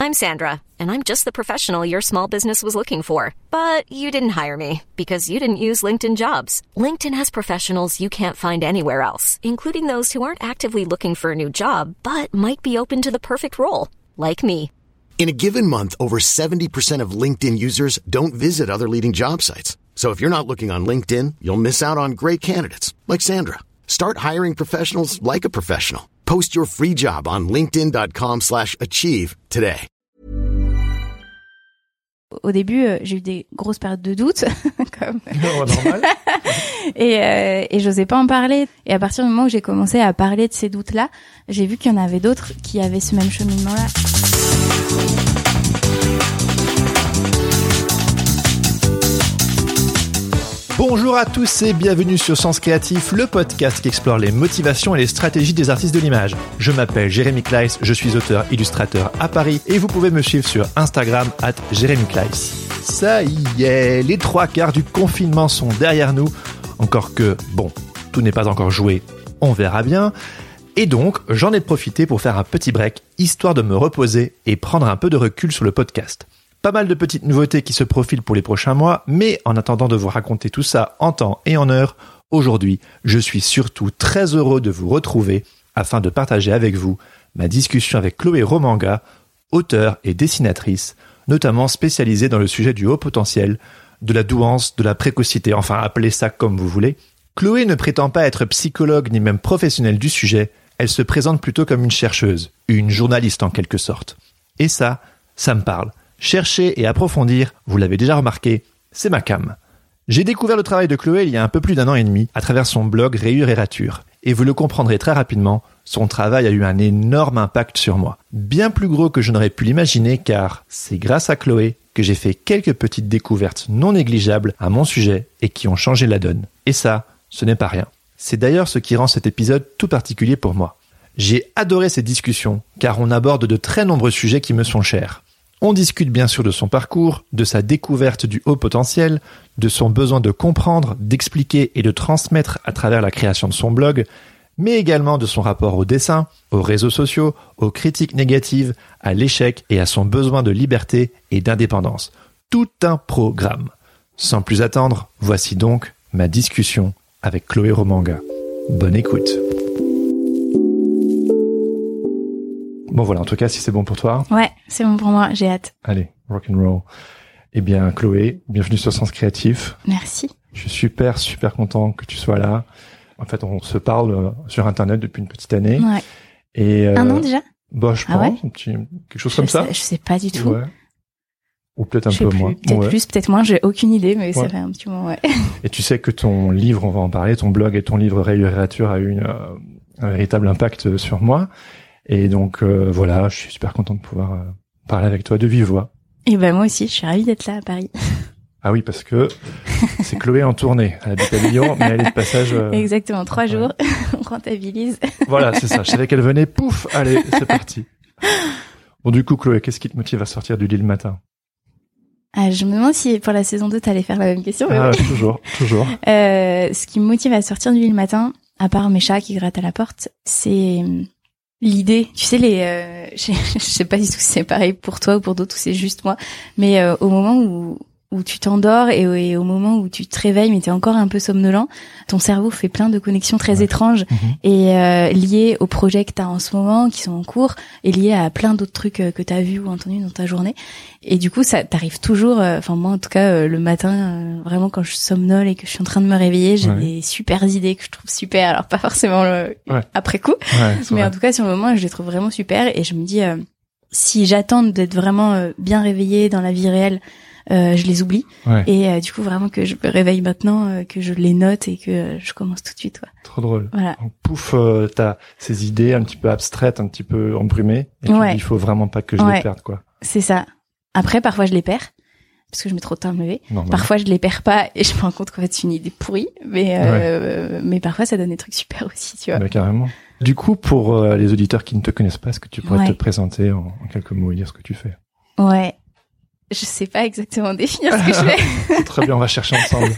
I'm Sandra, and I'm just the professional your small business was looking for. But you didn't hire me because you didn't use LinkedIn Jobs. LinkedIn has professionals you can't find anywhere else, including those who aren't actively looking for a new job, but might be open to the perfect role, like me. In a given month, over 70% of LinkedIn users don't visit other leading job sites. So if you're not looking on LinkedIn, you'll miss out on great candidates like Sandra. Start hiring professionals like a professional. Post your free job on linkedin.com/achieve today. Au début, j'ai eu des grosses périodes de doute, comme normal. et j'osais pas en parler. Et à partir du moment où j'ai commencé à parler de ces doutes-là, j'ai vu qu'il y en avait d'autres qui avaient ce même cheminement-là. Bonjour à tous et bienvenue sur Sens Créatif, le podcast qui explore les motivations et les stratégies des artistes de l'image. Je m'appelle Jérémy Kleiss, je suis auteur-illustrateur à Paris et vous pouvez me suivre sur Instagram @JérémyKleiss. Ça y est, les 3/4 du confinement sont derrière nous. Encore que, bon, tout n'est pas encore joué, on verra bien. Et donc, j'en ai profité pour faire un petit break, histoire de me reposer et prendre un peu de recul sur le podcast. Pas mal de petites nouveautés qui se profilent pour les prochains mois, mais en attendant de vous raconter tout ça en temps et en heure, aujourd'hui, je suis surtout très heureux de vous retrouver afin de partager avec vous ma discussion avec Chloé Romanga, auteure et dessinatrice, notamment spécialisée dans le sujet du haut potentiel, de la douance, de la précocité, enfin appelez ça comme vous voulez. Chloé ne prétend pas être psychologue ni même professionnelle du sujet, elle se présente plutôt comme une chercheuse, une journaliste en quelque sorte. Et ça me parle. Chercher et approfondir, vous l'avez déjà remarqué, c'est ma came. J'ai découvert le travail de Chloé il y a un peu plus d'1 an et demi à travers son blog Rayures et Ratures. Et vous le comprendrez très rapidement, son travail a eu un énorme impact sur moi. Bien plus gros que je n'aurais pu l'imaginer car c'est grâce à Chloé que j'ai fait quelques petites découvertes non négligeables à mon sujet et qui ont changé la donne. Et ça, ce n'est pas rien. C'est d'ailleurs ce qui rend cet épisode tout particulier pour moi. J'ai adoré ces discussions car on aborde de très nombreux sujets qui me sont chers. On discute bien sûr de son parcours, de sa découverte du haut potentiel, de son besoin de comprendre, d'expliquer et de transmettre à travers la création de son blog, mais également de son rapport au dessin, aux réseaux sociaux, aux critiques négatives, à l'échec et à son besoin de liberté et d'indépendance. Tout un programme. Sans plus attendre, voici donc ma discussion avec Chloé Romanga. Bonne écoute. Bon voilà, en tout cas, si c'est bon pour toi. Ouais, c'est bon pour moi, j'ai hâte. Allez, rock'n'roll. Eh bien, Chloé, bienvenue sur Sens Créatif. Merci. Je suis super content que tu sois là. En fait, on se parle sur Internet depuis une petite année. Ouais. Et 1 an déjà? Bah, je pense, quelque chose comme ça. Je sais pas du tout. Ouais. Ou peut-être un peu moins. Peut-être plus, peut-être moins, j'ai aucune idée, mais ça fait un petit moment, ouais. Et tu sais que ton livre, on va en parler, ton blog et ton livre Rayures et Ratures a eu un véritable impact sur moi. Et donc voilà, je suis super content de pouvoir parler avec toi de vive voix. Et ben moi aussi, je suis ravie d'être là à Paris. Ah oui, parce que c'est Chloé en tournée. Elle habite à Lyon, mais elle est de passage. Exactement, 3 jours, on rentabilise. Voilà, c'est ça. Je savais qu'elle venait, pouf, allez, c'est parti. Bon, du coup, Chloé, qu'est-ce qui te motive à sortir du lit le matin? Je me demande si pour la saison 2, t'allais faire la même question. Mais oui. Toujours. Ce qui me motive à sortir du lit le matin, à part mes chats qui grattent à la porte, c'est l'idée, tu sais, je sais pas du tout si c'est pareil pour toi ou pour d'autres ou c'est juste moi, mais au moment où tu t'endors et au moment où tu te réveilles mais t'es encore un peu somnolent, ton cerveau fait plein de connexions très étranges et liées aux projets que t'as en ce moment, qui sont en cours, et liées à plein d'autres trucs que t'as vus ou entendus dans ta journée. Et du coup, ça t'arrive toujours, enfin moi en tout cas, le matin, vraiment quand je somnole et que je suis en train de me réveiller, j'ai des super idées que je trouve super, alors pas forcément après coup, mais en tout cas sur le moment, je les trouve vraiment super et je me dis, si j'attends d'être vraiment bien réveillée dans la vie réelle, je les oublie et du coup vraiment que je me réveille maintenant, que je les note et que je commence tout de suite. Trop drôle. Voilà. Donc, pouf, t'as ces idées un petit peu abstraites, un petit peu embrumées et tu dis, il faut vraiment pas que je les perde, quoi. C'est ça. Après parfois je les perds parce que je mets trop de temps à me lever. Parfois je les perds pas et je me rends compte qu'en fait c'est une idée pourrie, mais parfois ça donne des trucs super aussi, tu vois. Bah, carrément. Du coup, pour les auditeurs qui ne te connaissent pas, est-ce que tu pourrais te présenter en quelques mots et dire ce que tu fais? Ouais. Je sais pas exactement définir ce que je fais. Très bien, on va chercher ensemble.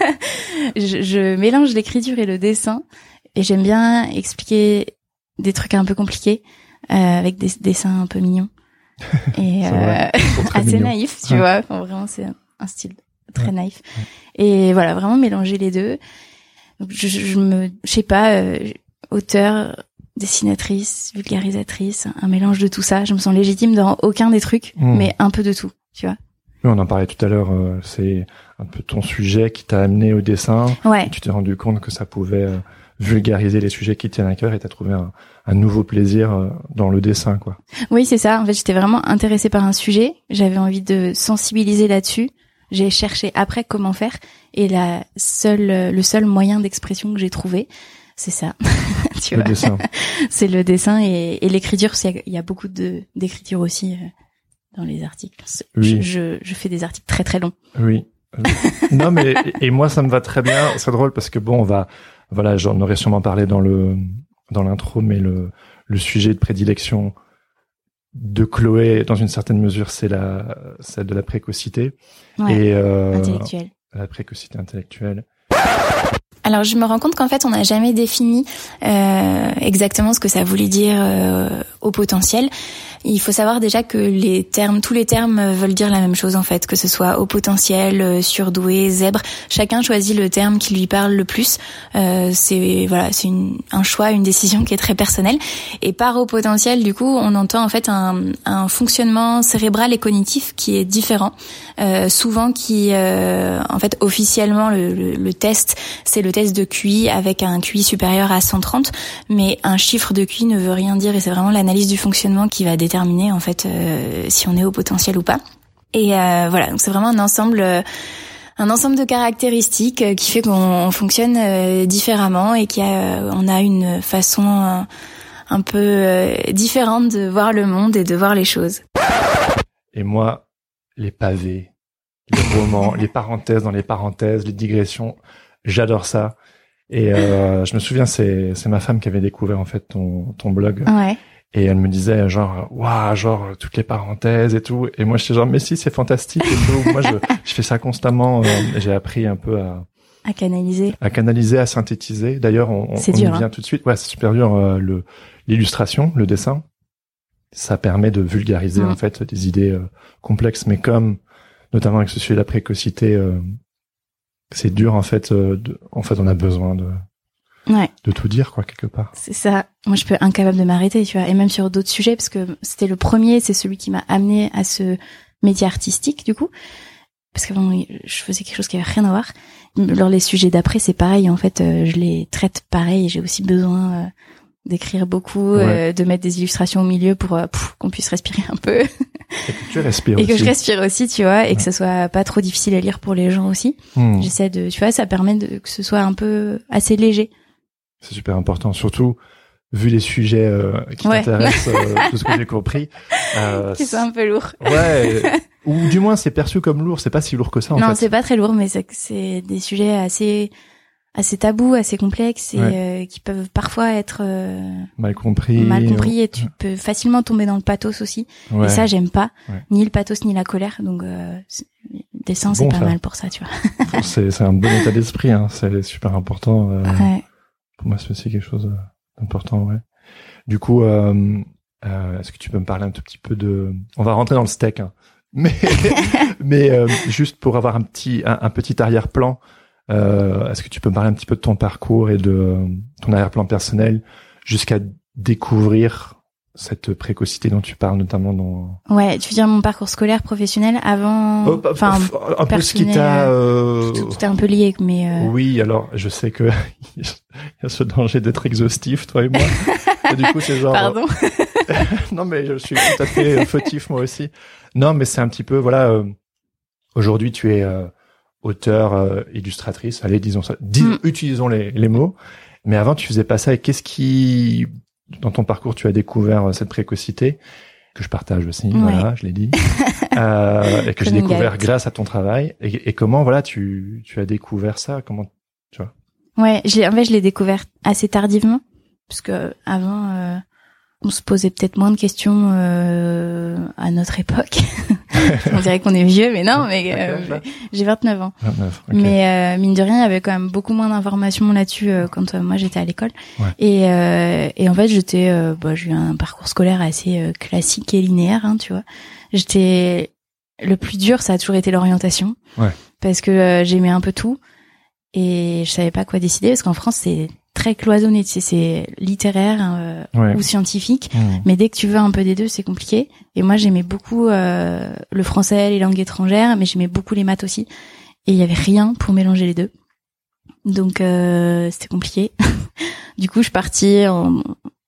Je mélange l'écriture et le dessin et j'aime bien expliquer des trucs un peu compliqués avec des dessins un peu mignons. Et assez mignon. Naïf, tu vois. Enfin, vraiment, c'est un style très naïf. Ouais. Et voilà, vraiment mélanger les deux. Donc, je sais pas, auteur, dessinatrice, vulgarisatrice, un mélange de tout ça. Je me sens légitime dans aucun des trucs, mais un peu de tout, tu vois. Oui, on en parlait tout à l'heure, c'est un peu ton sujet qui t'a amené au dessin. Ouais. Et tu t'es rendu compte que ça pouvait vulgariser les sujets qui tiennent à cœur et t'as trouvé un nouveau plaisir dans le dessin, quoi. Oui, c'est ça. En fait, j'étais vraiment intéressée par un sujet. J'avais envie de sensibiliser là-dessus. J'ai cherché après comment faire. Et le seul moyen d'expression que j'ai trouvé, c'est ça. Tu vois. Dessin. C'est le dessin et l'écriture. Il y a beaucoup d'écriture aussi dans les articles. Oui. Je fais des articles très très longs. Oui. Non, mais et moi ça me va très bien. C'est drôle parce que bon, voilà, j'en aurais sûrement parlé dans l'intro, mais le sujet de prédilection de Chloé, dans une certaine mesure, c'est celle de la précocité. Ouais, et intellectuelle. La précocité intellectuelle. Alors je me rends compte qu'en fait on n'a jamais défini exactement ce que ça voulait dire au potentiel. Il faut savoir déjà que tous les termes veulent dire la même chose en fait, que ce soit au potentiel, surdoué, zèbre. Chacun choisit le terme qui lui parle le plus. C'est un choix, une décision qui est très personnelle. Et par au potentiel, du coup, on entend en fait un fonctionnement cérébral et cognitif qui est différent. Souvent qui, en fait, officiellement le test, c'est le test de QI avec un QI supérieur à 130, mais un chiffre de QI ne veut rien dire et c'est vraiment l'analyse du fonctionnement qui va déterminer en fait si on est au potentiel ou pas. Et voilà, donc c'est vraiment un ensemble de caractéristiques qui fait qu'on fonctionne différemment et on a une façon un peu différente de voir le monde et de voir les choses. Et moi, les pavés, les romans, les parenthèses dans les parenthèses, les digressions, j'adore ça. Et je me souviens, c'est ma femme qui avait découvert en fait ton blog. Ouais. Et elle me disait genre waouh, genre toutes les parenthèses et tout. Et moi j'étais genre mais si, c'est fantastique et tout. Moi je fais ça constamment. J'ai appris un peu à canaliser, à synthétiser. D'ailleurs on y vient tout de suite. Ouais, c'est super dur. L'illustration, le dessin, ça permet de vulgariser en fait des idées complexes. Mais comme notamment avec ce sujet de la précocité, c'est dur en fait. En fait, on a besoin de tout dire quoi quelque part. C'est ça. Moi je peux incapable de m'arrêter, tu vois, et même sur d'autres sujets parce que c'était le premier, c'est celui qui m'a amené à ce métier artistique du coup, parce qu'avant je faisais quelque chose qui avait rien à voir. Alors les sujets d'après c'est pareil en fait, je les traite pareil, j'ai aussi besoin d'écrire beaucoup, de mettre des illustrations au milieu pour qu'on puisse respirer un peu. Et que tu respires et aussi. Que je respire aussi, tu vois, et que ce soit pas trop difficile à lire pour les gens aussi. J'essaie tu vois, ça permet que ce soit un peu assez léger. C'est super important, surtout vu les sujets qui t'intéressent, tout ce que j'ai compris. C'est un peu lourd. Ouais, ou du moins c'est perçu comme lourd, c'est pas si lourd que ça en fait. Non, c'est pas très lourd, mais c'est des sujets assez tabous, assez complexes et qui peuvent parfois être mal compris et tu peux facilement tomber dans le pathos aussi. Ouais. Et ça j'aime pas, ni le pathos ni la colère. Donc le dessin c'est pas mal pour ça, tu vois. c'est un bon état d'esprit, hein. C'est super important. Pour moi, c'est aussi quelque chose d'important, ouais. Du coup, est-ce que tu peux me parler un tout petit peu on va rentrer dans le steak, hein. Mais juste pour avoir un petit arrière-plan, est-ce que tu peux me parler un petit peu de ton parcours et de ton arrière-plan personnel jusqu'à découvrir cette précocité dont tu parles notamment dans... Ouais, tu veux dire mon parcours scolaire, professionnel, avant... un peu ce qui t'a... Tout est un peu lié, mais... Oui, alors, je sais que il y a ce danger d'être exhaustif, toi et moi. Et du coup, c'est genre... Pardon. Non, mais je suis tout à fait fautif, moi aussi. Non, mais c'est un petit peu, voilà... aujourd'hui, tu es auteur, illustratrice. Allez, disons ça. Utilisons les mots. Mais avant, tu faisais pas ça. Et qu'est-ce qui... Dans ton parcours, tu as découvert cette précocité que je partage aussi, voilà, je l'ai dit, et que j'ai découvert grâce à ton travail. Et comment, voilà, tu as découvert ça? Comment, tu vois? Ouais, je l'ai découvert assez tardivement, parce que avant, on se posait peut-être moins de questions à notre époque. On dirait qu'on est vieux, mais non, mais j'ai 29 ans. 29, okay. Mais mine de rien, il y avait quand même beaucoup moins d'informations là-dessus quand moi j'étais à l'école. Ouais. Et en fait, j'ai eu un parcours scolaire assez classique et linéaire, hein, tu vois. Le plus dur, ça a toujours été l'orientation. Ouais. Parce que j'aimais un peu tout et je savais pas quoi décider parce qu'en France, c'est très cloisonné, tu sais, c'est littéraire ou scientifique, mais dès que tu veux un peu des deux, c'est compliqué. Et moi, j'aimais beaucoup le français, les langues étrangères, mais j'aimais beaucoup les maths aussi. Et il y avait rien pour mélanger les deux. Donc c'était compliqué. Du coup, je suis partie en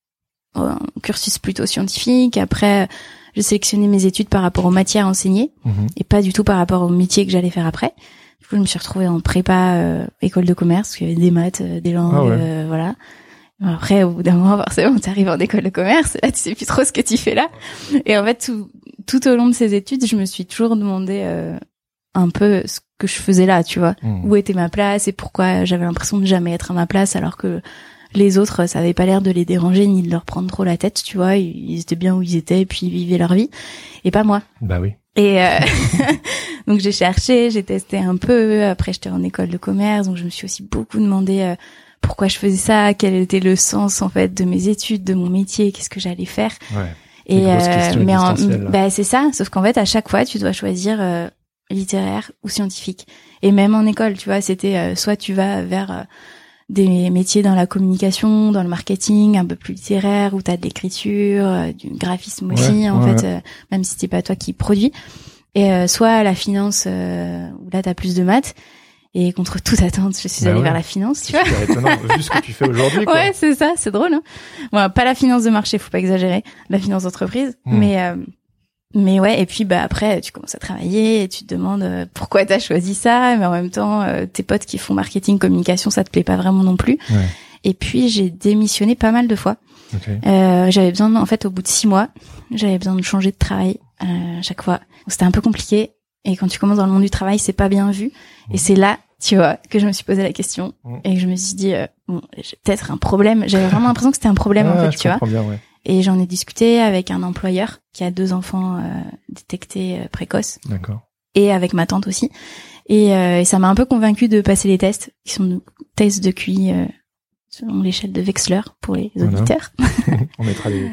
cursus plutôt scientifique. Après, je sélectionnais mes études par rapport aux matières enseignées et pas du tout par rapport au métier que j'allais faire après. Du coup, je me suis retrouvée en prépa école de commerce, parce qu'il y avait des maths, des langues, voilà. Après, au bout d'un moment, forcément, tu arrives en école de commerce, là, tu sais plus trop ce que tu fais là. Et en fait, tout au long de ces études, je me suis toujours demandé un peu ce que je faisais là, tu vois. Où était ma place et pourquoi j'avais l'impression de jamais être à ma place, alors que les autres, ça avait pas l'air de les déranger ni de leur prendre trop la tête, tu vois. Ils étaient bien où ils étaient et puis ils vivaient leur vie. Et pas moi. Bah oui. Et donc j'ai cherché, j'ai testé un peu. Après j'étais en école de commerce, donc je me suis aussi beaucoup demandé pourquoi je faisais ça, quel était le sens en fait de mes études, de mon métier, qu'est-ce que j'allais faire. Ouais. Et mais c'est ça. Sauf qu'en fait à chaque fois tu dois choisir littéraire ou scientifique. Et même en école, tu vois, c'était soit tu vas vers des métiers dans la communication, dans le marketing, un peu plus littéraire, où t'as de l'écriture, du graphisme aussi, même si c'est pas toi qui produis. Et soit la finance, où là t'as plus de maths. Et contre toute attente, je suis allée vers la finance, tu vois. C'est étonnant, vu ce que tu fais aujourd'hui, quoi. Ouais, c'est ça, c'est drôle, hein. Bon, pas la finance de marché, faut pas exagérer. La finance d'entreprise. Mais ouais, et puis après tu commences à travailler et tu te demandes pourquoi t'as choisi ça, mais en même temps tes potes qui font marketing, communication, ça te plaît pas vraiment non plus. Ouais. Et puis j'ai démissionné pas mal de fois. Okay. J'avais besoin, en fait, au bout de 6 mois, j'avais besoin de changer de travail à chaque fois. Donc, c'était un peu compliqué. Et quand tu commences dans le monde du travail, c'est pas bien vu. Et c'est là, tu vois, que je me suis posé la question et que je me suis dit bon, j'ai peut-être un problème. J'avais vraiment l'impression que c'était un problème en fait, tu vois. Bien, ouais. Et j'en ai discuté avec un employeur qui a 2 enfants détectés précoces. D'accord. Et avec ma tante aussi. Et ça m'a un peu convaincue de passer les tests, qui sont des tests de QI selon l'échelle de Wechsler pour les auditeurs. On mettra des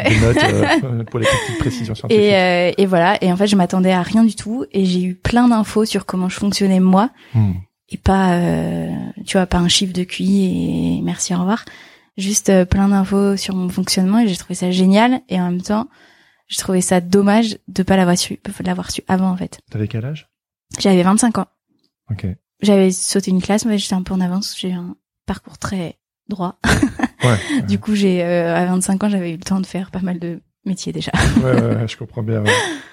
notes pour les petites précisions scientifiques. Et voilà. Et en fait, je m'attendais à rien du tout. Et j'ai eu plein d'infos sur comment je fonctionnais moi. Et pas, tu vois, pas un chiffre de QI et merci, au revoir. Juste plein d'infos sur mon fonctionnement et j'ai trouvé ça génial. Et en même temps, j'ai trouvé ça dommage de pas l'avoir su avant, en fait. T'avais quel âge? J'avais 25 ans. Ok. J'avais sauté une classe, mais j'étais un peu en avance. J'ai eu un parcours très droit. Du coup, à 25 ans, j'avais eu le temps de faire pas mal de métiers déjà. ouais, je comprends bien. Ouais.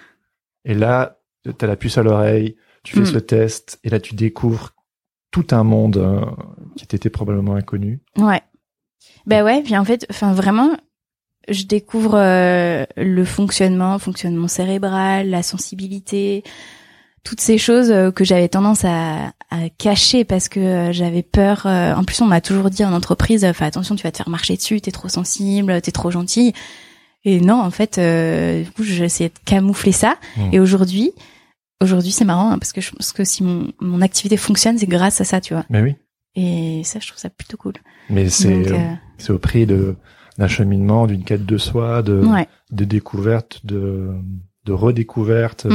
Et là, t'as la puce à l'oreille, tu fais ce test, et là, tu découvres tout un monde qui t'était probablement inconnu. Ouais. Ben ouais, puis en fait, vraiment, je découvre le fonctionnement cérébral, la sensibilité, toutes ces choses que j'avais tendance à cacher parce que j'avais peur. En plus, on m'a toujours dit en entreprise, fais attention, tu vas te faire marcher dessus, t'es trop sensible, t'es trop gentille. Et non, en fait, du coup, j'essayais de camoufler ça. Et aujourd'hui, c'est marrant hein, parce que je pense que si mon activité fonctionne, c'est grâce à ça, tu vois. Mais oui. Et ça, je trouve ça plutôt cool. Mais c'est au prix d'un cheminement, d'une quête de soi, de découverte, de redécouverte.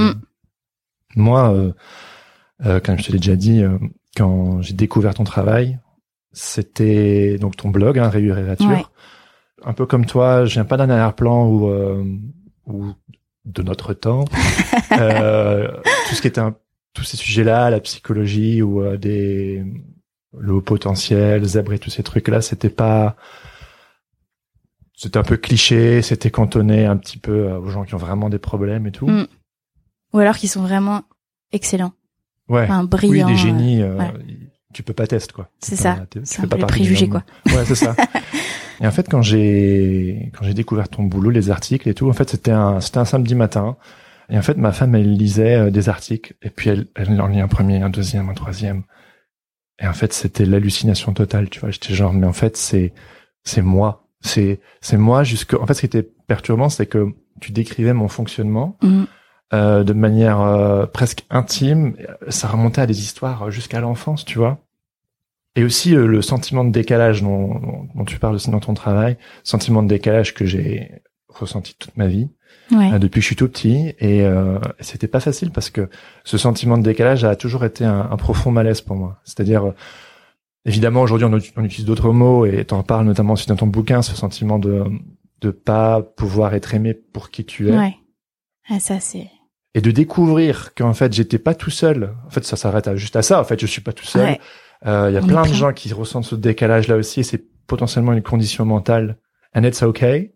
Moi, comme je te l'ai déjà dit, quand j'ai découvert ton travail, c'était donc ton blog, hein, Rayures et Ratures. Ouais. Un peu comme toi, je viens pas d'un arrière-plan ou de notre temps. Tout ce qui était tous ces sujets-là, la psychologie ou le haut potentiel, zèbre et tous ces trucs-là, c'était un peu cliché, c'était cantonné un petit peu aux gens qui ont vraiment des problèmes et tout. Ou alors qui sont vraiment excellents. Ouais. Enfin, brillants. Oui, des génies, tu peux pas tester, quoi. C'est ça. C'est un peu les préjugés, quoi. Ouais, c'est ça. Et en fait, quand j'ai découvert ton boulot, les articles et tout, en fait, c'était un samedi matin. Et en fait, ma femme, elle lisait des articles. Et puis, elle en lit un premier, un deuxième, un troisième. Et en fait, c'était l'hallucination totale, tu vois. J'étais genre, mais en fait, c'est moi. C'est moi en fait, ce qui était perturbant, c'est que tu décrivais mon fonctionnement. de manière presque intime. Ça remontait à des histoires jusqu'à l'enfance, tu vois. Et aussi le sentiment de décalage dont tu parles aussi dans ton travail, sentiment de décalage que j'ai ressenti toute ma vie, depuis que je suis tout petit. Et c'était pas facile parce que ce sentiment de décalage a toujours été un profond malaise pour moi. C'est-à-dire, évidemment, aujourd'hui, on utilise d'autres mots et t'en parles notamment aussi dans ton bouquin, ce sentiment de pas pouvoir être aimé pour qui tu es. Ouais. Ah, ça, c'est... Et de découvrir qu'en fait, j'étais pas tout seul. En fait, ça s'arrête juste à ça. En fait, je suis pas tout seul. Ouais. Y a plein de gens qui ressentent ce décalage-là aussi, et c'est potentiellement une condition mentale. And it's okay.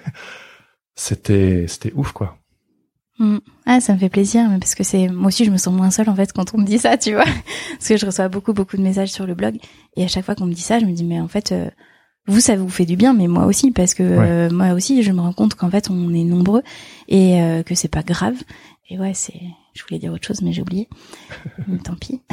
C'était ouf, quoi. Ah, ça me fait plaisir, mais parce que moi aussi, je me sens moins seule, en fait, quand on me dit ça, tu vois. Parce que je reçois beaucoup de messages sur le blog, et à chaque fois qu'on me dit ça, je me dis, mais en fait, vous, ça vous fait du bien, mais moi aussi, parce que moi aussi, je me rends compte qu'en fait, on est nombreux, et que c'est pas grave. Et je voulais dire autre chose, mais j'ai oublié. Mais tant pis.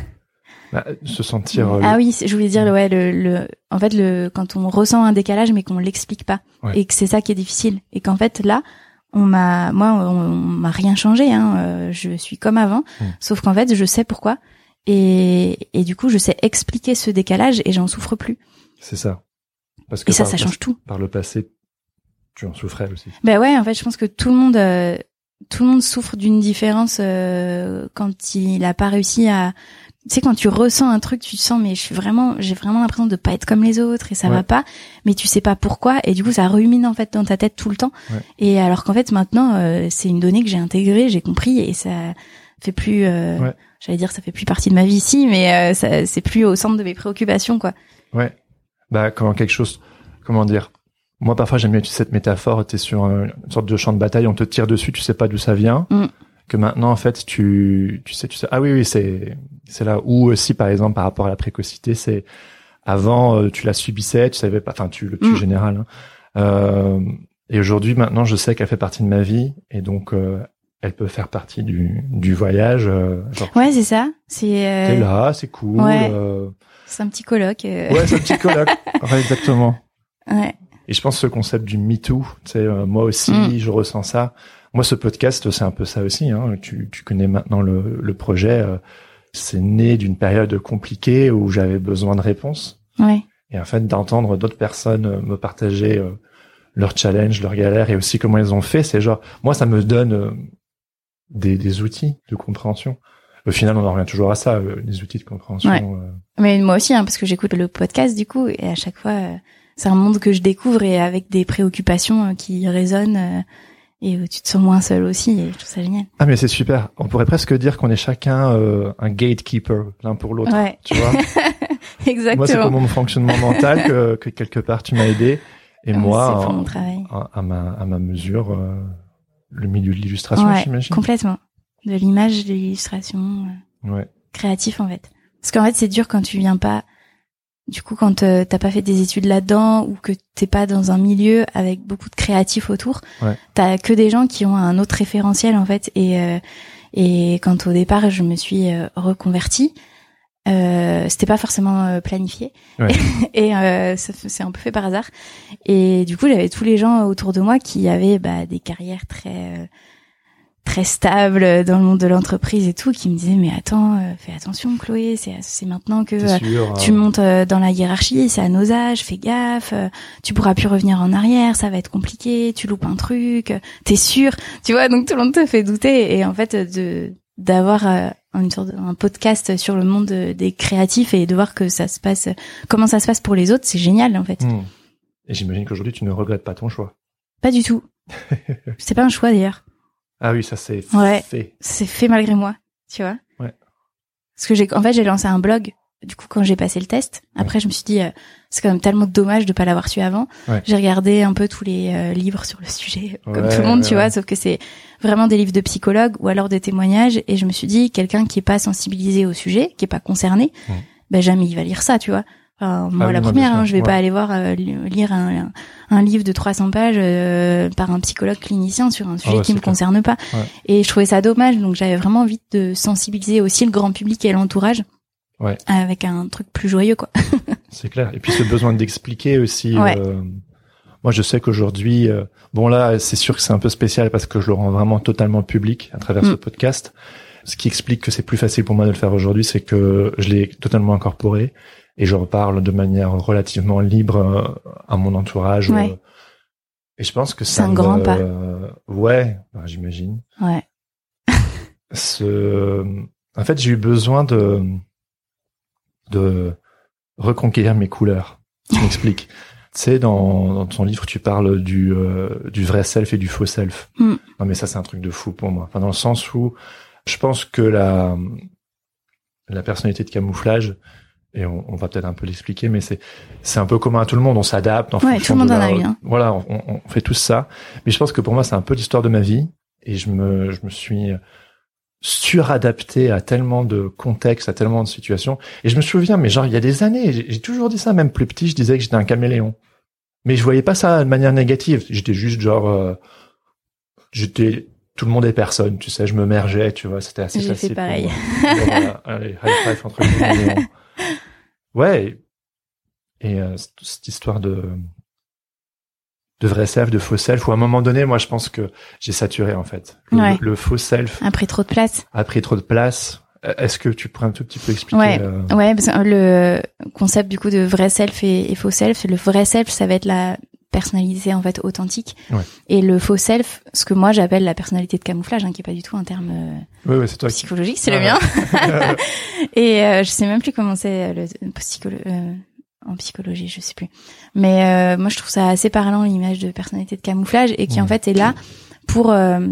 Se sentir. Ah oui, je voulais dire en fait quand on ressent un décalage mais qu'on l'explique pas et que c'est ça qui est difficile et qu'en fait là on m'a rien changé je suis comme avant sauf qu'en fait je sais pourquoi et du coup je sais expliquer ce décalage et j'en souffre plus. C'est ça. Parce que ça change tout. Par le passé tu en souffrais aussi. Ben ouais, en fait je pense que tout le monde souffre d'une différence quand il a pas réussi à... Tu sais, quand tu ressens un truc, tu te sens, mais j'ai vraiment l'impression de pas être comme les autres et ça va pas, mais tu sais pas pourquoi et du coup ça rumine en fait dans ta tête tout le temps. Ouais. Et alors qu'en fait maintenant c'est une donnée que j'ai intégrée, j'ai compris et ça fait plus, j'allais dire ça fait plus partie de ma vie ici, mais ça c'est plus au centre de mes préoccupations quoi. Ouais. Bah comment dire. Moi parfois j'aime bien utiliser cette métaphore, t'es sur une sorte de champ de bataille, on te tire dessus, tu sais pas d'où ça vient. Que maintenant en fait tu sais ah oui c'est là où aussi par exemple par rapport à la précocité c'est avant tu la subissais, tu savais pas, enfin tu le plus général et aujourd'hui maintenant je sais qu'elle fait partie de ma vie et donc elle peut faire partie du voyage genre, ouais c'est ça t'es là c'est cool c'est un petit colloque ouais c'est un petit colloque ouais, exactement ouais. Et je pense ce concept du Me Too, tu sais, moi aussi, je ressens ça. Moi, ce podcast, c'est un peu ça aussi. Tu connais maintenant le projet. C'est né d'une période compliquée où j'avais besoin de réponses. Ouais. Et en fait, d'entendre d'autres personnes me partager leurs challenges, leurs galères et aussi comment elles ont fait, c'est genre, moi, ça me donne des outils de compréhension. Au final, on en revient toujours à ça, les outils de compréhension. Ouais. Mais moi aussi, parce que j'écoute le podcast du coup, et à chaque fois... c'est un monde que je découvre et avec des préoccupations qui résonnent et où tu te sens moins seul aussi et je trouve ça génial. Ah mais c'est super. On pourrait presque dire qu'on est chacun un gatekeeper l'un pour l'autre, tu vois. Exactement. Moi c'est pour mon fonctionnement mental que quelque part tu m'as aidé et moi c'est pour mon travail. À ma mesure le milieu de l'illustration j'imagine. Complètement. De l'image, de l'illustration créatif en fait. Parce qu'en fait c'est dur quand tu viens pas. Du coup, quand t'as pas fait des études là-dedans ou que t'es pas dans un milieu avec beaucoup de créatifs autour, t'as que des gens qui ont un autre référentiel en fait. Et quand au départ je me suis reconvertie, c'était pas forcément planifié et c'est un peu fait par hasard. Et du coup, j'avais tous les gens autour de moi qui avaient des carrières très stable dans le monde de l'entreprise et tout, qui me disaient mais attends, fais attention Chloé, c'est maintenant que tu montes dans la hiérarchie, c'est à nos âges, fais gaffe, tu pourras plus revenir en arrière, ça va être compliqué, tu loupes un truc, t'es sûr, tu vois, donc tout le monde te fait douter et en fait d'avoir un podcast sur le monde des créatifs et de voir que ça se passe, comment ça se passe pour les autres, c'est génial en fait. Et j'imagine qu'aujourd'hui tu ne regrettes pas ton choix. Pas du tout. C'est pas un choix d'ailleurs. Ah oui, ça c'est fait. C'est fait malgré moi, tu vois. Ouais. Parce que j'ai lancé un blog. Du coup, quand j'ai passé le test, après je me suis dit, c'est quand même tellement dommage de pas l'avoir su avant. Ouais. J'ai regardé un peu tous les livres sur le sujet, comme tout le monde, tu vois. Sauf que c'est vraiment des livres de psychologues ou alors des témoignages. Et je me suis dit, quelqu'un qui est pas sensibilisé au sujet, qui est pas concerné, jamais il va lire ça, tu vois. Enfin, moi, la première, je vais pas aller lire un livre de 300 pages par un psychologue clinicien sur un sujet qui me concerne pas. Ouais. Et je trouvais ça dommage, donc j'avais vraiment envie de sensibiliser aussi le grand public et l'entourage avec un truc plus joyeux, quoi. C'est clair. Et puis ce besoin d'expliquer aussi. Moi, Moi, je sais qu'aujourd'hui, bon là, c'est sûr que c'est un peu spécial parce que je le rends vraiment totalement public à travers ce podcast. Ce qui explique que c'est plus facile pour moi de le faire aujourd'hui, c'est que je l'ai totalement incorporé et je reparle de manière relativement libre à mon entourage. Ouais. Et je pense que c'est un grand pas. Ouais, j'imagine. Ouais. En fait, j'ai eu besoin de reconquérir mes couleurs. Je m'explique. Tu sais, dans ton livre, tu parles du vrai self et du faux self. Non, mais ça, c'est un truc de fou pour moi. Enfin, dans le sens où je pense que la personnalité de camouflage, et on va peut-être un peu l'expliquer, mais c'est un peu commun à tout le monde. On s'adapte en fonction tout le monde en a une. Voilà, on fait tous ça. Mais je pense que pour moi, c'est un peu l'histoire de ma vie. Et je me suis suradapté à tellement de contextes, à tellement de situations. Et je me souviens, mais genre, il y a des années, j'ai toujours dit ça, même plus petit, je disais que j'étais un caméléon. Mais je voyais pas ça de manière négative. J'étais juste genre, tout le monde est personne, tu sais, je me mergeais, tu vois, c'était assez facile. J'ai fait pareil. Voilà, allez, high five entre les caméléons. Ouais. Et cette histoire de vrai self, de faux self, où à un moment donné, moi, je pense que j'ai saturé, en fait. Le faux self a pris trop de place. Est-ce que tu pourrais un tout petit peu expliquer Ouais, parce que le concept du coup de vrai self et faux self, le vrai self, ça va être la personnalité en fait authentique, et le faux self, ce que moi j'appelle la personnalité de camouflage, qui est pas du tout un terme c'est toi psychologique, c'est le mien. Et je sais même plus comment c'est en psychologie, je sais plus. Mais moi je trouve ça assez parlant, l'image de personnalité de camouflage, et qui en fait est là pour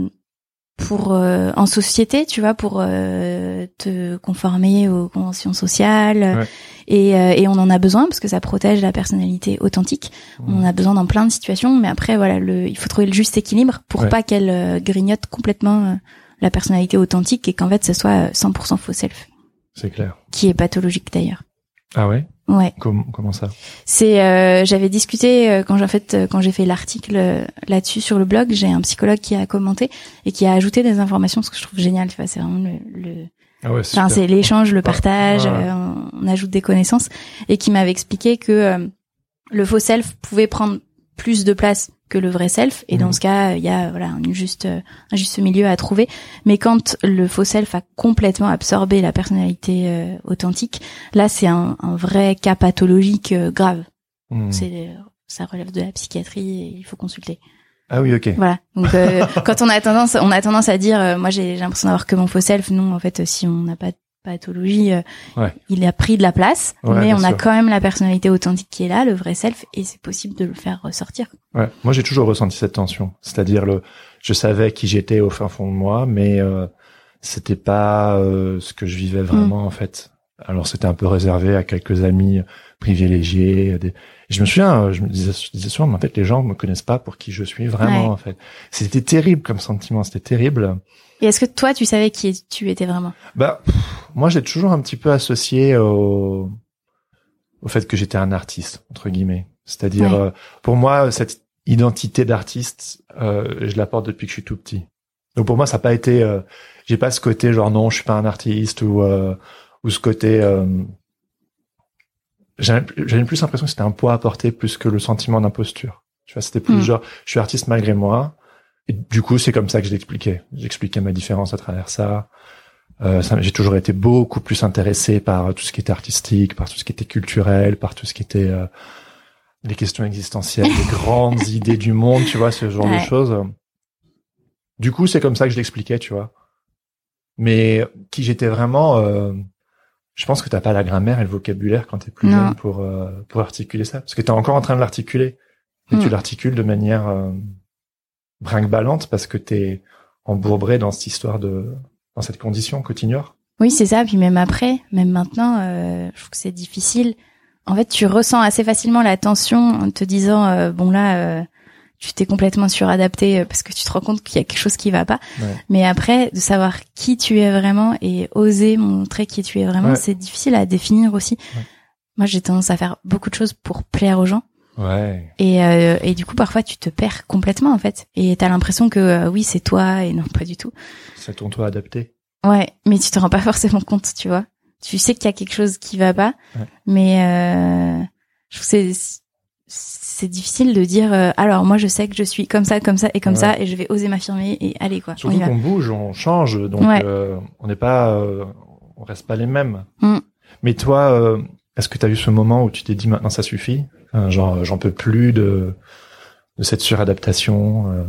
en société, tu vois, pour te conformer aux conventions sociales, et on en a besoin parce que ça protège la personnalité authentique. On en a besoin dans plein de situations, mais après voilà, il faut trouver le juste équilibre pour pas qu'elle grignote complètement la personnalité authentique, et qu'en fait ça soit 100% faux self. C'est clair. Qui est pathologique d'ailleurs. Ah ouais? Ouais. Comment ça? C'est j'avais discuté quand j'ai fait l'article là-dessus sur le blog, j'ai un psychologue qui a commenté et qui a ajouté des informations, ce que je trouve génial, tu vois, c'est vraiment c'est l'échange, le partage, on ajoute des connaissances, et qui m'avait expliqué que le faux self pouvait prendre plus de place que le vrai self, et dans ce cas, il y a un juste milieu à trouver. Mais quand le faux self a complètement absorbé la personnalité authentique, là c'est un vrai cas pathologique grave. Ça relève de la psychiatrie et il faut consulter. Ah oui, ok. Voilà. Donc quand on a tendance à dire moi j'ai l'impression d'avoir que mon faux self, non, en fait si on n'a pas de pathologie, il a pris de la place, mais on a quand même la personnalité authentique qui est là, le vrai self, et c'est possible de le faire ressortir. Ouais. Moi, j'ai toujours ressenti cette tension. C'est-à-dire je savais qui j'étais au fin fond de moi, mais c'était pas ce que je vivais vraiment, en fait. Alors, c'était un peu réservé à quelques amis privilégiés. Et je me souviens, je disais souvent, mais en fait, les gens me connaissent pas pour qui je suis vraiment, en fait. C'était terrible comme sentiment, c'était terrible. Et est-ce que toi, tu savais qui tu étais vraiment? Moi, j'ai toujours un petit peu associé au fait que j'étais un artiste, entre guillemets. C'est-à-dire, pour moi, cette identité d'artiste, je la porte depuis que je suis tout petit. Donc pour moi, ça n'a pas été, j'ai pas ce côté genre non, je suis pas un artiste, ou ce côté, j'avais plus l'impression que c'était un poids à porter plus que le sentiment d'imposture. Tu vois, c'était plus genre, je suis artiste malgré moi. Et du coup, c'est comme ça que je l'expliquais. J'expliquais ma différence à travers ça. J'ai toujours été beaucoup plus intéressé par tout ce qui était artistique, par tout ce qui était culturel, par tout ce qui était les questions existentielles, les grandes idées du monde, tu vois, ce genre de choses. Du coup, c'est comme ça que je l'expliquais, tu vois. Mais qui j'étais vraiment, je pense que t'as pas la grammaire et le vocabulaire quand t'es plus jeune pour articuler ça. Parce que t'es encore en train de l'articuler. Et tu l'articules de manière brinque-ballante parce que t'es embourbré dans cette histoire dans cette condition que t'ignores. Oui, c'est ça. Puis même maintenant, je trouve que c'est difficile. En fait, tu ressens assez facilement la tension en te disant, tu t'es complètement suradapté parce que tu te rends compte qu'il y a quelque chose qui va pas. Ouais. Mais après, de savoir qui tu es vraiment et oser montrer qui tu es vraiment, c'est difficile à définir aussi. Ouais. Moi, j'ai tendance à faire beaucoup de choses pour plaire aux gens. Ouais. Et du coup, parfois, tu te perds complètement, en fait. Et t'as l'impression que oui, c'est toi, et non, pas du tout. C'est ton toi adapté. Ouais, mais tu te rends pas forcément compte, tu vois. Tu sais qu'il y a quelque chose qui va pas, mais je trouve que c'est difficile de dire alors moi je sais que je suis comme ça et comme ça et je vais oser m'affirmer et allez quoi. Surtout qu'on bouge, on change, donc on n'est pas, on reste pas les mêmes. Mais toi, est-ce que tu as eu ce moment où tu t'es dit maintenant ça suffit, genre j'en peux plus de cette suradaptation?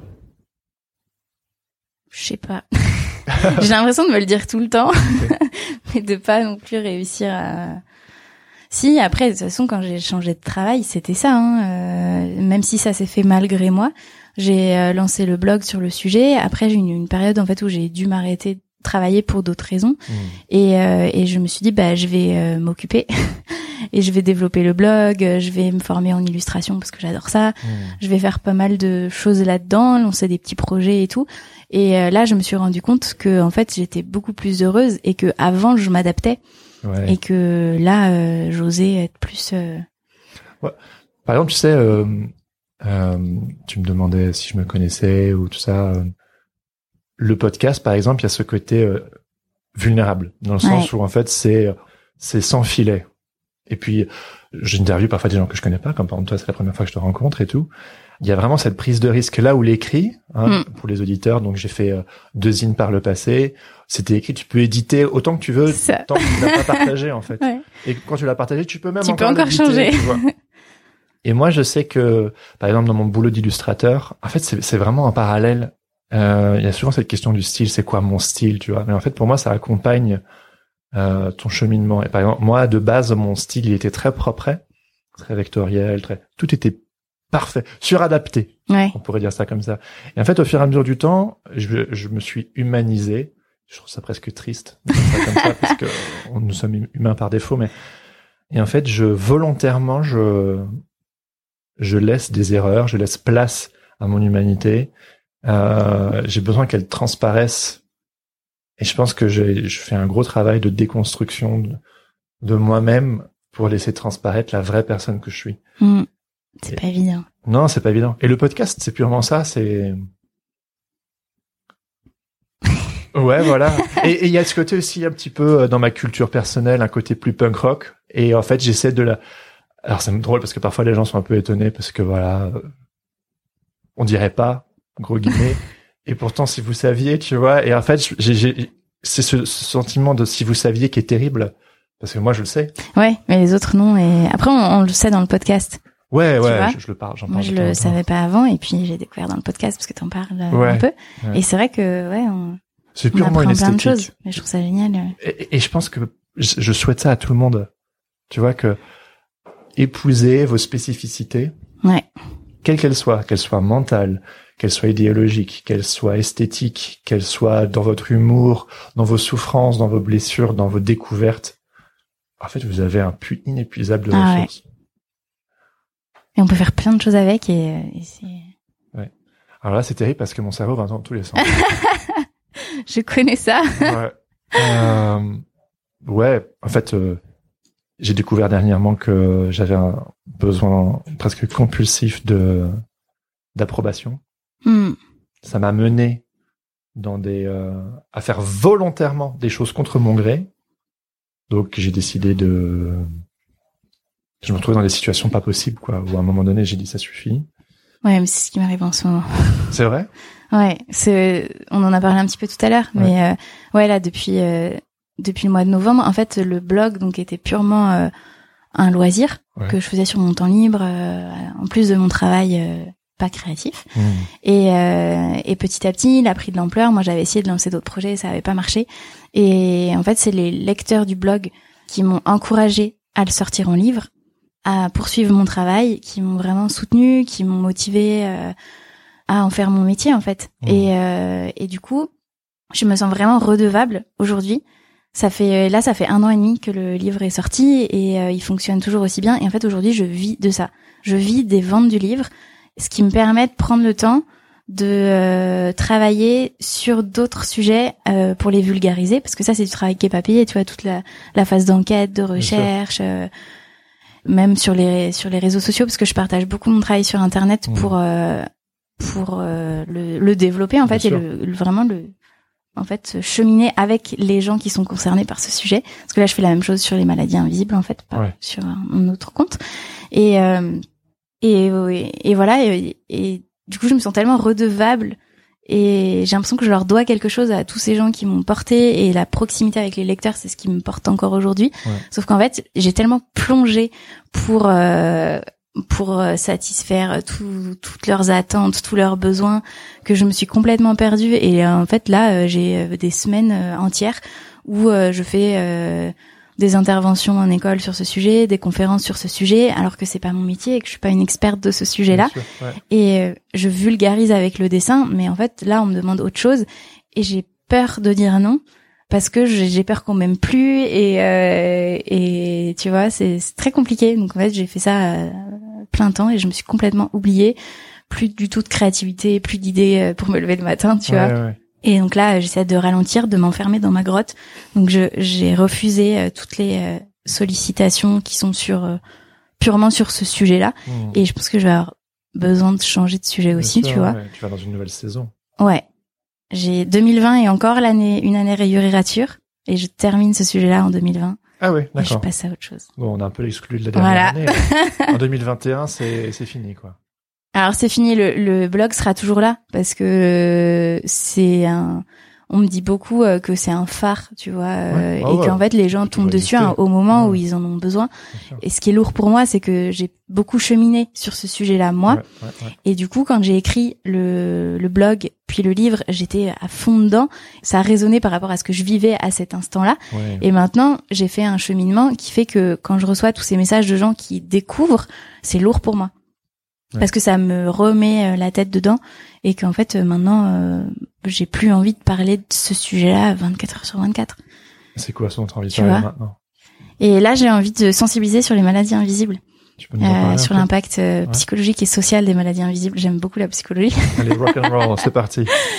Je sais pas. J'ai l'impression de me le dire tout le temps, mais de pas non plus réussir à. Si, après, de toute façon, quand j'ai changé de travail, c'était ça. Même si ça s'est fait malgré moi, j'ai lancé le blog sur le sujet. Après, j'ai eu une période en fait où j'ai dû m'arrêter de travailler pour d'autres raisons, et je me suis dit je vais m'occuper et je vais développer le blog, je vais me former en illustration parce que j'adore ça. Je vais faire pas mal de choses là-dedans, lancer des petits projets et tout. Et là, je me suis rendu compte que en fait, j'étais beaucoup plus heureuse et que avant, je m'adaptais et que là, j'osais être plus. Ouais. Par exemple, tu sais, tu me demandais si je me connaissais ou tout ça. Le podcast, par exemple, il y a ce côté vulnérable dans le sens où en fait, c'est sans filet. Et puis, j'interviewe parfois des gens que je connais pas, comme par exemple toi, c'est la première fois que je te rencontre et tout. Il y a vraiment cette prise de risque là où l'écrit, pour les auditeurs. Donc j'ai fait 2 zines par le passé. C'était écrit, tu peux éditer autant que tu veux, tant que tu l'as pas partagé en fait. Et quand tu l'as partagé, tu peux même encore changer. Tu vois. Et moi, je sais que, par exemple, dans mon boulot d'illustrateur, en fait, c'est vraiment un parallèle. Il y a souvent cette question du style, c'est quoi mon style, tu vois. Mais en fait, pour moi, ça accompagne ton cheminement. Et par exemple, moi, de base, mon style, il était très propre, très vectoriel, tout était parfait, suradapté. On pourrait dire ça comme ça. Et en fait, au fur et à mesure du temps, je me suis humanisé. Je trouve ça presque triste de dire ça comme ça parce que nous sommes humains par défaut, mais et en fait, volontairement, je laisse des erreurs, je laisse place à mon humanité. J'ai besoin qu'elle transparaisse. Et je pense que je fais un gros travail de déconstruction de moi-même pour laisser transparaître la vraie personne que je suis. C'est pas évident. Non, c'est pas évident. Et le podcast, c'est purement ça, ouais, voilà. Et il y a ce côté aussi un petit peu dans ma culture personnelle, un côté plus punk rock. Et en fait, j'essaie alors c'est drôle parce que parfois les gens sont un peu étonnés parce que voilà, on dirait pas, gros guillemets. Et pourtant, si vous saviez, tu vois. Et en fait, c'est ce sentiment de si vous saviez qui est terrible. Parce que moi, je le sais. Ouais, mais les autres non. Et après, on le sait dans le podcast. Ouais, je le parle. J'en parle. Moi, je le savais pas avant, et puis j'ai découvert dans le podcast parce que t'en parles un peu. Ouais. Et c'est vrai que, c'est purement une esthétique. Plein de choses. Mais je trouve ça génial. Et je pense que je souhaite ça à tout le monde. Tu vois que épousez vos spécificités. Ouais. Quelles qu'elles soient mentales, qu'elles soient idéologiques, qu'elles soient esthétiques, qu'elles soient dans votre humour, dans vos souffrances, dans vos blessures, dans vos découvertes. En fait, vous avez un puits inépuisable de ressources. Ouais. Et on peut faire plein de choses avec et c'est... Ouais. Alors là, c'est terrible parce que mon cerveau va dans tous les sens. Je connais ça. Ouais. En fait, j'ai découvert dernièrement que j'avais un besoin presque compulsif d'approbation. Ça m'a mené dans à faire volontairement des choses contre mon gré. Donc, j'ai décidé je me retrouvais dans des situations pas possibles, quoi, où à un moment donné, j'ai dit ça suffit. Ouais, mais c'est ce qui m'arrive en ce moment. C'est vrai? Ouais, on en a parlé un petit peu tout à l'heure, mais là, depuis le mois de novembre, en fait, le blog donc était purement un loisir que je faisais sur mon temps libre, en plus de mon travail pas créatif. Et petit à petit, il a pris de l'ampleur. Moi, j'avais essayé de lancer d'autres projets, ça avait pas marché. Et en fait, c'est les lecteurs du blog qui m'ont encouragée à le sortir en livre, à poursuivre mon travail, qui m'ont vraiment soutenue, qui m'ont motivée à en faire mon métier, en fait. Et du coup, je me sens vraiment redevable aujourd'hui. Ça fait 1 an et demi que le livre est sorti et il fonctionne toujours aussi bien. Et en fait, aujourd'hui, je vis de ça. Je vis des ventes du livre, ce qui me permet de prendre le temps de travailler sur d'autres sujets pour les vulgariser, parce que ça, c'est du travail qui est pas payé, tu vois, toute la phase d'enquête, de recherche, même sur les réseaux sociaux, parce que je partage beaucoup mon travail sur Internet pour le développer, en fait, et en fait, cheminer avec les gens qui sont concernés par ce sujet. Parce que là, je fais la même chose sur les maladies invisibles, en fait, sur un autre compte. Et Et voilà, et du coup, je me sens tellement redevable et j'ai l'impression que je leur dois quelque chose à tous ces gens qui m'ont porté, et la proximité avec les lecteurs, c'est ce qui me porte encore aujourd'hui. Ouais. Sauf qu'en fait, j'ai tellement plongé pour satisfaire toutes leurs attentes, tous leurs besoins, que je me suis complètement perdue. Et en fait, là, j'ai des semaines entières où je fais des interventions en école sur ce sujet, des conférences sur ce sujet, alors que c'est pas mon métier et que je suis pas une experte de ce sujet-là. Sûr, ouais. Et je vulgarise avec le dessin, mais en fait, là, on me demande autre chose et j'ai peur de dire non parce que j'ai peur qu'on m'aime plus et tu vois, c'est très compliqué. Donc en fait, j'ai fait ça plein temps et je me suis complètement oubliée, plus du tout de créativité, plus d'idées pour me lever le matin, tu vois. Ouais. Et donc là, j'essaie de ralentir, de m'enfermer dans ma grotte. Donc j'ai refusé toutes les sollicitations qui sont purement sur ce sujet-là. Et je pense que je vais avoir besoin de changer de sujet aussi, tu vois. Ouais, tu vas dans une nouvelle saison. Ouais. J'ai 2020 et encore une année rayurierature, et je termine ce sujet-là en 2020. Ah oui, d'accord. Et je passe à autre chose. Bon, on a un peu exclu de la dernière année. En 2021, c'est fini, quoi. Alors c'est fini, le blog sera toujours là parce que on me dit beaucoup que c'est un phare, tu vois, et qu'en fait les gens tombent dessus au moment où ils en ont besoin. Et ce qui est lourd pour moi, c'est que j'ai beaucoup cheminé sur ce sujet-là, moi. Et du coup, quand j'ai écrit le blog puis le livre, j'étais à fond dedans. Ça a résonné par rapport à ce que je vivais à cet instant-là. Ouais. Et maintenant, j'ai fait un cheminement qui fait que quand je reçois tous ces messages de gens qui découvrent, c'est lourd pour moi. Parce que ça me remet la tête dedans et qu'en fait maintenant j'ai plus envie de parler de ce sujet-là 24 heures sur 24. C'est quoi ce dont tu as envie de parler maintenant? Et là j'ai envie de sensibiliser sur les maladies invisibles, tu peux nous en parler sur l'impact psychologique et social des maladies invisibles. J'aime beaucoup la psychologie. Allez, rock and roll, c'est parti.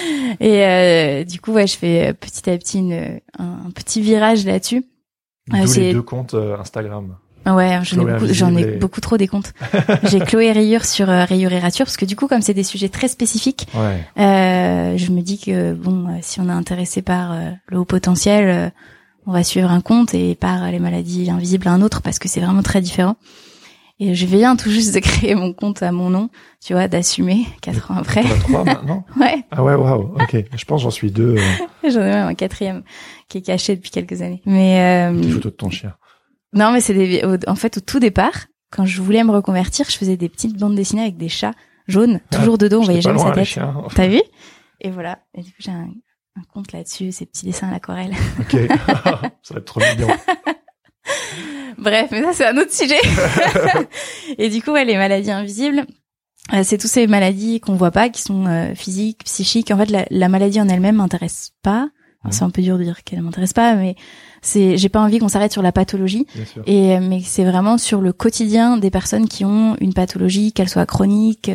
Et du coup je fais petit à petit un petit virage là-dessus. D'où les 2 comptes Instagram. Ouais, j'en ai beaucoup trop des comptes. J'ai Chloé Rayure sur Rayurierature parce que du coup, comme c'est des sujets très spécifiques, je me dis que bon, si on est intéressé par le haut potentiel, on va suivre un compte, et par les maladies invisibles un autre parce que c'est vraiment très différent. Et je viens tout juste de créer mon compte à mon nom, tu vois, d'assumer 4 ans après. T'en as 3 maintenant? Ouais. Ah ouais, waouh, ok. Je pense j'en suis 2. J'en ai même un 4e qui est caché depuis quelques années. Mais des photos de ton chien. Non, mais en fait, au tout départ, quand je voulais me reconvertir, je faisais des petites bandes dessinées avec des chats jaunes, toujours de dos, on voyait jamais sa tête. T'as vu? Et voilà. Et du coup, j'ai un compte là-dessus, ces petits dessins à l'aquarelle. Ok. Ça va être trop mignon. Bref, mais ça, c'est un autre sujet. Et du coup, les maladies invisibles, c'est toutes ces maladies qu'on voit pas, qui sont physiques, psychiques. En fait, la maladie en elle-même m'intéresse pas. C'est un peu dur de dire qu'elle m'intéresse pas, mais j'ai pas envie qu'on s'arrête sur la pathologie. Mais c'est vraiment sur le quotidien des personnes qui ont une pathologie, qu'elle soit chronique,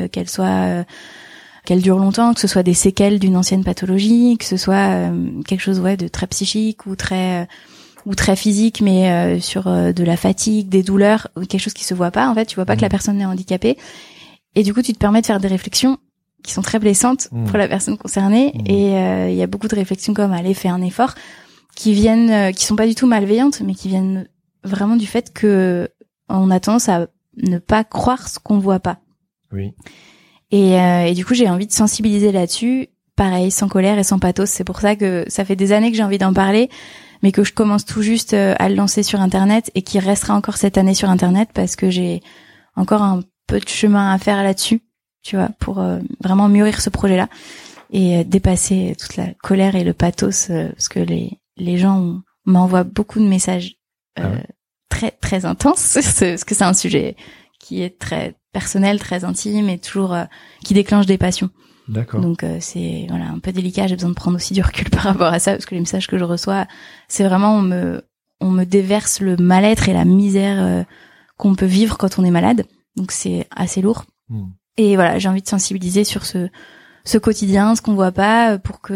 qu'elle dure longtemps, que ce soit des séquelles d'une ancienne pathologie, que ce soit quelque chose de très psychique ou très physique, mais sur de la fatigue, des douleurs, ou quelque chose qui se voit pas. En fait, tu vois pas que la personne est handicapée, et du coup, tu te permets de faire des réflexions qui sont très blessantes pour la personne concernée. Et il y a beaucoup de réflexions comme allez, fais un effort, qui sont pas du tout malveillantes, mais qui viennent vraiment du fait que on a tendance à ne pas croire ce qu'on voit pas. Oui. Et du coup, j'ai envie de sensibiliser là-dessus, pareil, sans colère et sans pathos. C'est pour ça que ça fait des années que j'ai envie d'en parler, mais que je commence tout juste à le lancer sur Internet, et qui restera encore cette année sur Internet parce que j'ai encore un peu de chemin à faire là-dessus, tu vois, pour vraiment mûrir ce projet-là et dépasser toute la colère et le pathos, parce que les gens m'envoient beaucoup de messages très très intenses, parce que c'est un sujet qui est très personnel, très intime, et toujours qui déclenche des passions. D'accord. Donc c'est un peu délicat, j'ai besoin de prendre aussi du recul par rapport à ça, parce que les messages que je reçois, c'est vraiment on me déverse le mal-être et la misère qu'on peut vivre quand on est malade. Donc c'est assez lourd. Et voilà, j'ai envie de sensibiliser sur ce quotidien, ce qu'on voit pas, pour que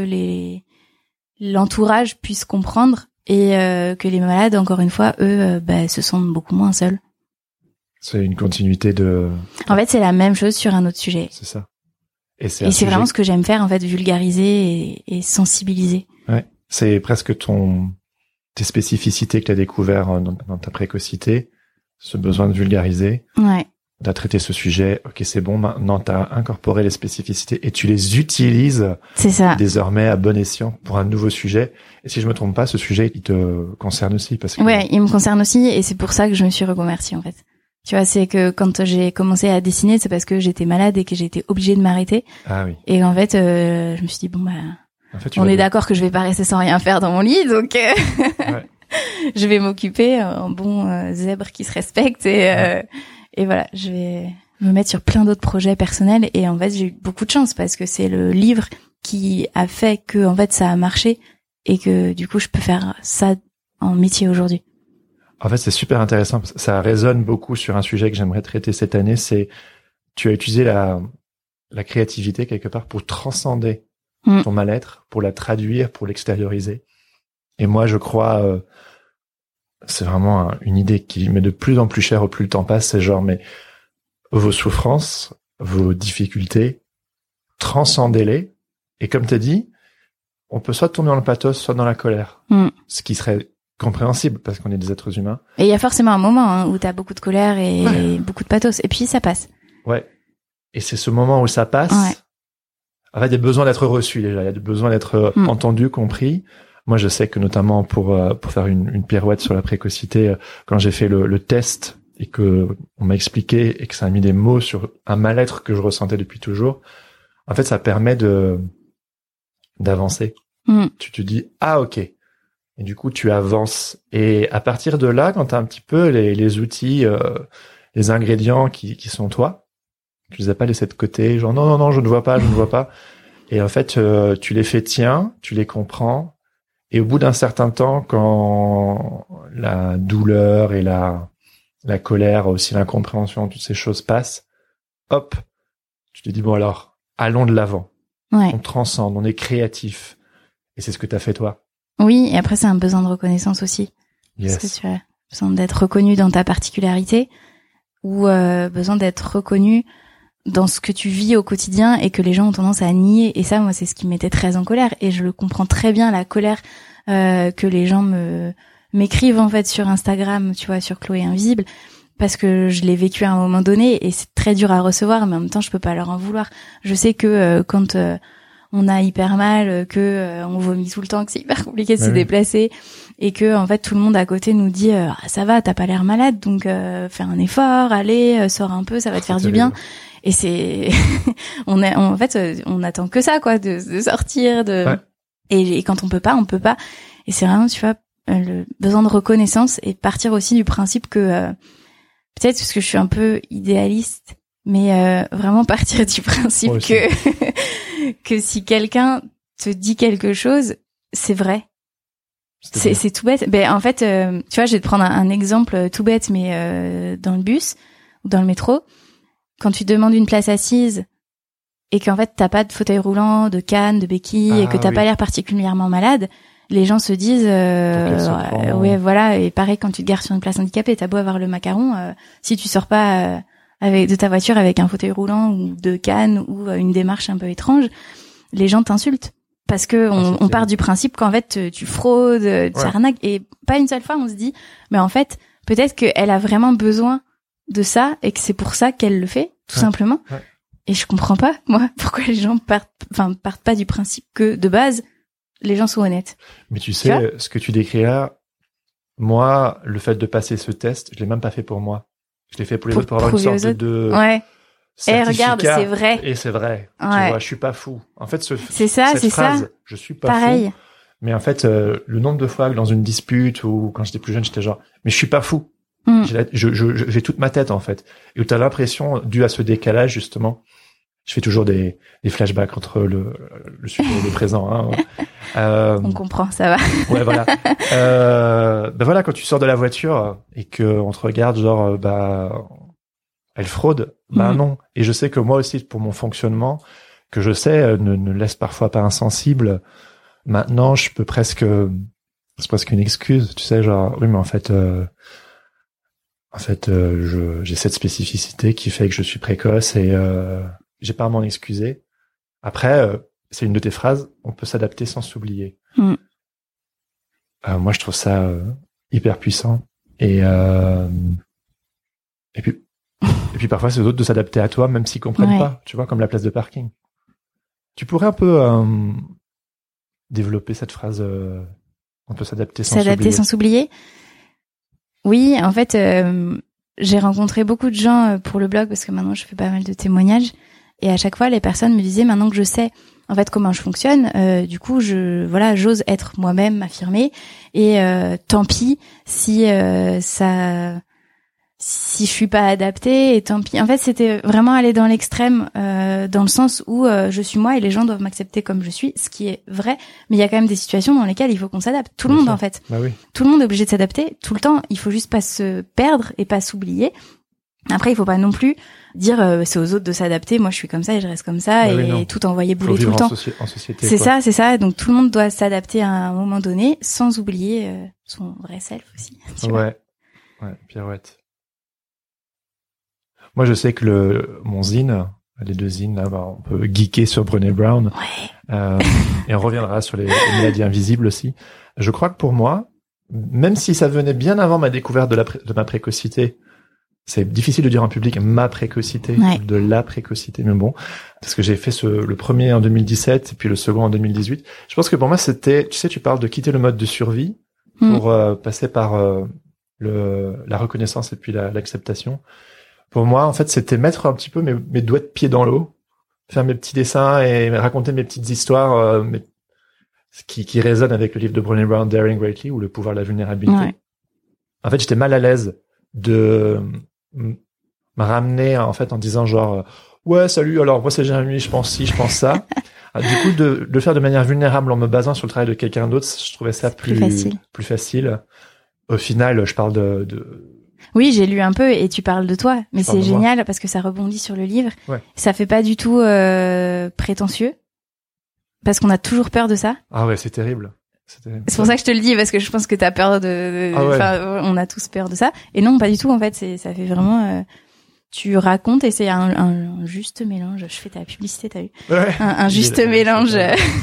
l'entourage puisse comprendre, et que les malades, encore une fois, eux, se sentent beaucoup moins seuls. C'est une continuité de... En fait, c'est la même chose sur un autre sujet. C'est ça. Et c'est vraiment ce que j'aime faire, en fait, vulgariser et sensibiliser. Ouais. C'est presque tes spécificités que tu as découvert dans ta précocité, ce besoin de vulgariser. Ouais. t'as traité ce sujet, ok, c'est bon, maintenant t'as incorporé les spécificités et tu les utilises C'est ça. désormais à bon escient pour un nouveau sujet. Et si je me trompe pas, ce sujet, il te concerne aussi parce que... Ouais, il me concerne aussi et c'est pour ça que je me suis reconvertie en fait. Tu vois, c'est que quand j'ai commencé à dessiner, c'est parce que j'étais malade et que j'ai été obligée de m'arrêter. Ah oui. Et en fait, je me suis dit, bon bah, En fait, tu on vas est bien. d'accord que je vais pas rester sans rien faire dans mon lit, donc Ouais. je vais m'occuper en bon zèbre qui se respecte et voilà, je vais me mettre sur plein d'autres projets personnels et en fait j'ai eu beaucoup de chance parce que c'est le livre qui a fait que en fait ça a marché et que du coup je peux faire ça en métier aujourd'hui. En fait, c'est super intéressant. Ça résonne beaucoup sur un sujet que j'aimerais traiter cette année. C'est, tu as utilisé la créativité quelque part pour transcender ton mal-être, pour la traduire, pour l'extérioriser. Et moi, je crois, c'est vraiment une idée qui m'est de plus en plus chère au plus le temps passe. C'est genre, mais vos souffrances, vos difficultés, transcendez-les. Et comme t'as dit, on peut soit tomber dans le pathos, soit dans la colère. Ce qui serait compréhensible parce qu'on est des êtres humains. Et il y a forcément un moment où t'as beaucoup de colère et beaucoup de pathos. Et puis ça passe. Ouais. Et c'est ce moment où ça passe. Ouais. En fait, il y a besoin d'être reçu déjà. Il y a besoin d'être entendu, compris. Moi, je sais que notamment pour faire une pirouette sur la précocité, quand j'ai fait le test et que on m'a expliqué et que ça a mis des mots sur un mal-être que je ressentais depuis toujours, en fait, ça permet d'avancer. Tu te dis, ah, ok. Et du coup, tu avances. Et à partir de là, quand tu as un petit peu les outils, les ingrédients qui sont toi, tu les as pas laissés de côté, genre non, je ne vois pas. Et en fait, tu les fais tiens, tu les comprends. Et au bout d'un certain temps, quand la douleur et la colère, aussi l'incompréhension, toutes ces choses passent, hop, tu te dis bon alors, allons de l'avant. Ouais. On transcende, on est créatif. Et c'est ce que tu as fait toi. Oui, et après c'est un besoin de reconnaissance aussi. Yes. Parce que tu as besoin d'être reconnu dans ta particularité ou besoin d'être reconnu dans ce que tu vis au quotidien et que les gens ont tendance à nier. Et ça, moi, c'est ce qui m'était très en colère. Et je le comprends très bien, la colère que les gens m'écrivent en fait sur Instagram, tu vois, sur Chloé Invisible, parce que je l'ai vécu à un moment donné et c'est très dur à recevoir, mais en même temps, je peux pas leur en vouloir. Je sais que quand on a hyper mal, que on vomit tout le temps, que c'est hyper compliqué de se déplacer et que en fait tout le monde à côté nous dit ça va, t'as pas l'air malade, donc fais un effort, allez, sors un peu, ça va te faire du bien. Et c'est en fait on attend que ça quoi, de sortir, et quand on peut pas. Et c'est vraiment, tu vois, le besoin de reconnaissance et partir aussi du principe que peut-être parce que je suis un peu idéaliste, mais vraiment partir du principe que si quelqu'un te dit quelque chose, c'est vrai. C'est tout bête. Ben en fait, tu vois, je vais te prendre un exemple tout bête, mais dans le bus ou dans le métro, quand tu demandes une place assise et qu'en fait t'as pas de fauteuil roulant, de canne, de béquille et que t'as pas l'air particulièrement malade, les gens se disent ouais voilà. Et pareil quand tu te gares sur une place handicapée, t'as beau avoir le macaron, si tu sors pas avec de ta voiture avec un fauteuil roulant ou de canne ou une démarche un peu étrange, les gens t'insultent parce que on part du principe qu'en fait tu fraudes, tu arnaques. Et pas une seule fois on se dit mais en fait peut-être qu'elle a vraiment besoin de ça et que c'est pour ça qu'elle le fait tout simplement. Et je comprends pas moi pourquoi les gens partent pas du principe que de base les gens sont honnêtes. Mais tu sais ce que tu décris là, moi le fait de passer ce test, je l'ai même pas fait pour moi. Je l'ai fait pour les autres pour avoir une sorte de certificat. Et regarde, c'est vrai. Et c'est vrai. Tu vois, je suis pas fou. En fait, cette phrase, je suis pas fou. Mais en fait, le nombre de fois que dans une dispute ou quand j'étais plus jeune, j'étais genre, mais je suis pas fou. J'ai toute ma tête, en fait. Et où t'as l'impression, dû à ce décalage, justement, je fais toujours des flashbacks entre le futur et le présent, hein. On comprend, ça va. Ouais, voilà. Ben voilà, quand tu sors de la voiture et que on te regarde, genre, elle fraude. Non. Et je sais que moi aussi, pour mon fonctionnement, que je sais, ne laisse parfois pas insensible. Maintenant, je peux c'est presque une excuse, tu sais, genre, oui, mais en fait, j'ai cette spécificité qui fait que je suis précoce et j'ai pas à m'en excuser. Après, c'est une de tes phrases, on peut s'adapter sans s'oublier. Moi, je trouve ça hyper puissant et puis puis parfois c'est aux autres de s'adapter à toi, même s'ils comprennent pas, tu vois, comme la place de parking. Tu pourrais un peu développer cette phrase, on peut s'adapter sans s'oublier. S'adapter sans s'oublier. Oui, en fait, j'ai rencontré beaucoup de gens pour le blog, parce que maintenant je fais pas mal de témoignages, et à chaque fois les personnes me disaient, maintenant que je sais en fait comment je fonctionne, du coup j'ose être moi-même, m'affirmer, et tant pis si si je suis pas adaptée, et tant pis. En fait, c'était vraiment aller dans l'extrême, dans le sens où je suis moi et les gens doivent m'accepter comme je suis, ce qui est vrai, mais il y a quand même des situations dans lesquelles il faut qu'on s'adapte. Tout le monde, en fait. Bah oui. Tout le monde est obligé de s'adapter tout le temps. Il faut juste pas se perdre et pas s'oublier. Après, il faut pas non plus dire c'est aux autres de s'adapter, moi je suis comme ça et je reste comme ça, et tout envoyer bouler tout le temps. En société, c'est ça. Donc tout le monde doit s'adapter à un moment donné, sans oublier son vrai self aussi. Ouais, pirouette. Moi, je sais que mon zine, les deux zines, là, on peut geeker sur Brené Brown. Ouais. Et on reviendra sur les maladies invisibles aussi. Je crois que pour moi, même si ça venait bien avant ma découverte de ma précocité, c'est difficile de dire en public ma précocité, de la précocité, mais bon, parce que j'ai fait le premier en 2017 et puis le second en 2018. Je pense que pour moi, c'était, tu sais, tu parles de quitter le mode de survie pour passer par la reconnaissance et puis l'acceptation. Pour moi, en fait, c'était mettre un petit peu mes doigts de pied dans l'eau, faire mes petits dessins et raconter mes petites histoires qui résonnent avec le livre de Brené Brown, Daring Greatly, ou Le pouvoir de la vulnérabilité. Ouais. En fait, j'étais mal à l'aise de me ramener en fait en disant genre ouais salut, alors moi c'est Jérémy, je pense ci, je pense ça. Du coup, de le faire de manière vulnérable en me basant sur le travail de quelqu'un d'autre, je trouvais ça plus facile. Au final, je parle de Oui, j'ai lu un peu et tu parles de toi, mais c'est génial parce que ça rebondit sur le livre. Ouais. Ça fait pas du tout prétentieux, parce qu'on a toujours peur de ça. Ah ouais, c'est terrible. C'est pour ça que je te le dis, parce que je pense que t'as peur on a tous peur de ça. Et non, pas du tout, en fait, ça fait vraiment, tu racontes et c'est un juste mélange. Je fais ta publicité, t'as vu? Ouais. Un juste mélange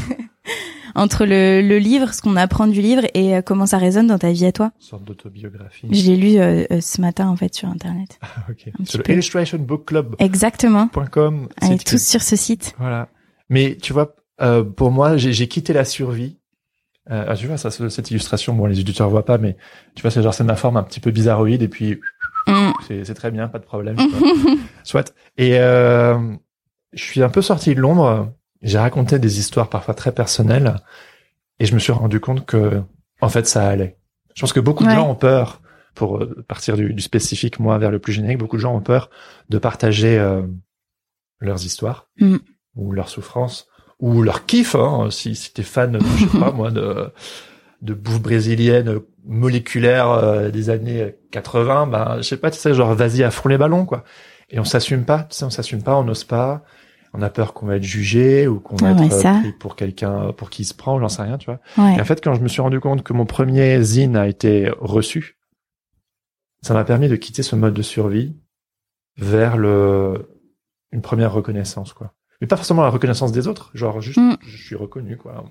entre le livre, ce qu'on apprend du livre et comment ça résonne dans ta vie à toi. Une sorte d'autobiographie. Je l'ai lu ce matin, en fait, sur Internet. Ah, ok. Sur le Illustration Book Club. Exactement. .com. Allez tous sur ce site. Voilà. Mais tu vois, pour moi, j'ai quitté la survie. Tu vois, ça, cette illustration, bon, les auditeurs voient pas, mais tu vois, c'est ma forme un petit peu bizarroïde, et puis c'est très bien, pas de problème. Soit. Et je suis un peu sorti de l'ombre. J'ai raconté des histoires parfois très personnelles, et je me suis rendu compte que, en fait, ça allait. Je pense que beaucoup de gens ont peur, pour partir du spécifique, moi, vers le plus générique, beaucoup de gens ont peur de partager leurs histoires, ou leurs souffrances, ou leur kiff, hein, si t'es fan, je sais pas moi, de bouffe brésilienne moléculaire des années 80, ben je sais pas, tu sais, genre vas-y à fond les ballons, quoi. Et on s'assume pas, on n'ose pas, on a peur qu'on va être jugé ou qu'on va être pris pour quelqu'un pour qui il se prend, j'en sais rien, tu vois. Ouais. Et en fait, quand je me suis rendu compte que mon premier zine a été reçu, ça m'a permis de quitter ce mode de survie vers une première reconnaissance, quoi. Mais pas forcément la reconnaissance des autres, genre juste je suis reconnu, quoi.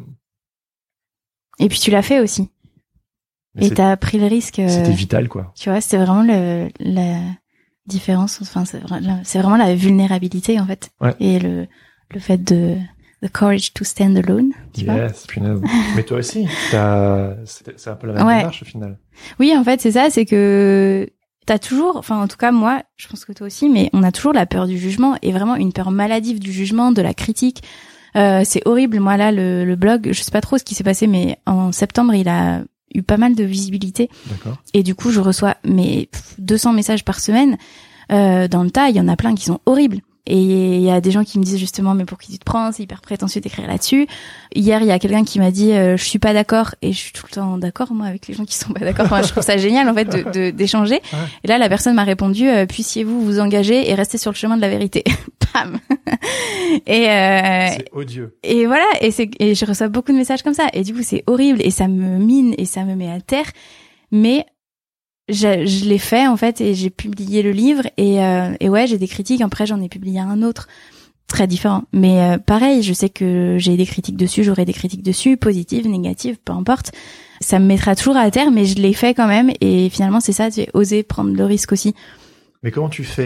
Et puis tu l'as fait aussi. Mais et t'as pris le risque. C'était vital, quoi. Tu vois, c'était vraiment la différence. Enfin, c'est vraiment la vulnérabilité, en fait. Ouais. Et le fait de the courage to stand alone. Tu vois. Punaise. Mais toi aussi, c'est un peu la même démarche au final. Oui, en fait, c'est ça, c'est que t'as toujours, enfin en tout cas moi, je pense que toi aussi, mais on a toujours la peur du jugement, et vraiment une peur maladive du jugement, de la critique. C'est horrible. Moi là, le blog, je sais pas trop ce qui s'est passé, mais en septembre, il a eu pas mal de visibilité. D'accord. Et du coup, je reçois 200 messages par semaine. Dans le tas, il y en a plein qui sont horribles. Et il y a des gens qui me disent justement, mais pour qui tu te prends, c'est hyper prétentieux d'écrire là-dessus. Hier, il y a quelqu'un qui m'a dit, je suis pas d'accord, et je suis tout le temps d'accord, moi, avec les gens qui sont pas d'accord. Enfin, je trouve ça génial, en fait, d'échanger. Ouais. Et là, la personne m'a répondu, puissiez-vous vous engager et rester sur le chemin de la vérité. Pam! Et c'est odieux. Et voilà, et je reçois beaucoup de messages comme ça. Et du coup, c'est horrible, et ça me mine, et ça me met à terre. Mais, je l'ai fait, en fait, et j'ai publié le livre, et ouais, j'ai des critiques. Après, j'en ai publié un autre très différent, mais pareil, je sais que j'ai des critiques dessus, j'aurai des critiques dessus, positives, négatives, peu importe. Ça me mettra toujours à terre, mais je l'ai fait quand même, et finalement, c'est ça, j'ai osé prendre le risque aussi. Mais comment tu fais